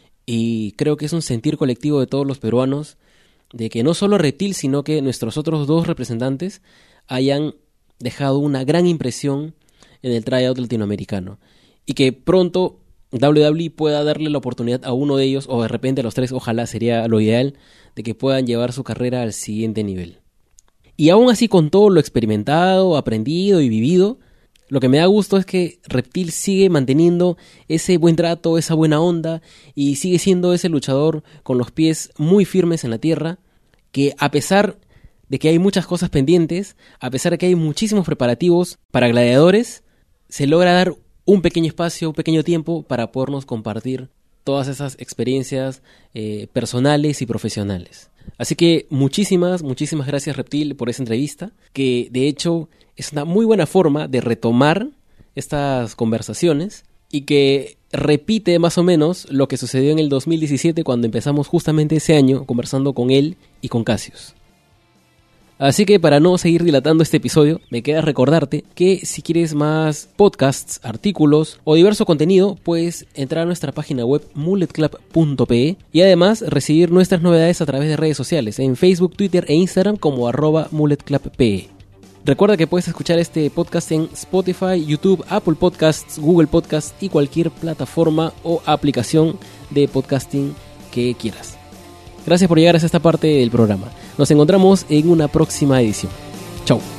y creo que es un sentir colectivo de todos los peruanos de que no solo Reptil, sino que nuestros otros 2 representantes hayan dejado una gran impresión en el tryout latinoamericano, y que pronto WWE pueda darle la oportunidad a uno de ellos, o de repente a los 3, ojalá sería lo ideal, de que puedan llevar su carrera al siguiente nivel. Y aún así, con todo lo experimentado, aprendido y vivido, lo que me da gusto es que Reptil sigue manteniendo ese buen trato, esa buena onda, y sigue siendo ese luchador con los pies muy firmes en la tierra, que a pesar de que hay muchas cosas pendientes, a pesar de que hay muchísimos preparativos para gladiadores, se logra dar un pequeño espacio, un pequeño tiempo para podernos compartir todas esas experiencias personales y profesionales. Así que muchísimas gracias, Reptil, por esa entrevista, que de hecho es una muy buena forma de retomar estas conversaciones y que repite más o menos lo que sucedió en el 2017 cuando empezamos justamente ese año conversando con él y con Cassius. Así que para no seguir dilatando este episodio, me queda recordarte que si quieres más podcasts, artículos o diverso contenido, puedes entrar a nuestra página web mulletclub.pe y además recibir nuestras novedades a través de redes sociales en Facebook, Twitter e Instagram como @mulletclub.pe. Recuerda que puedes escuchar este podcast en Spotify, YouTube, Apple Podcasts, Google Podcasts y cualquier plataforma o aplicación de podcasting que quieras. Gracias por llegar hasta esta parte del programa. Nos encontramos en una próxima edición. Chau.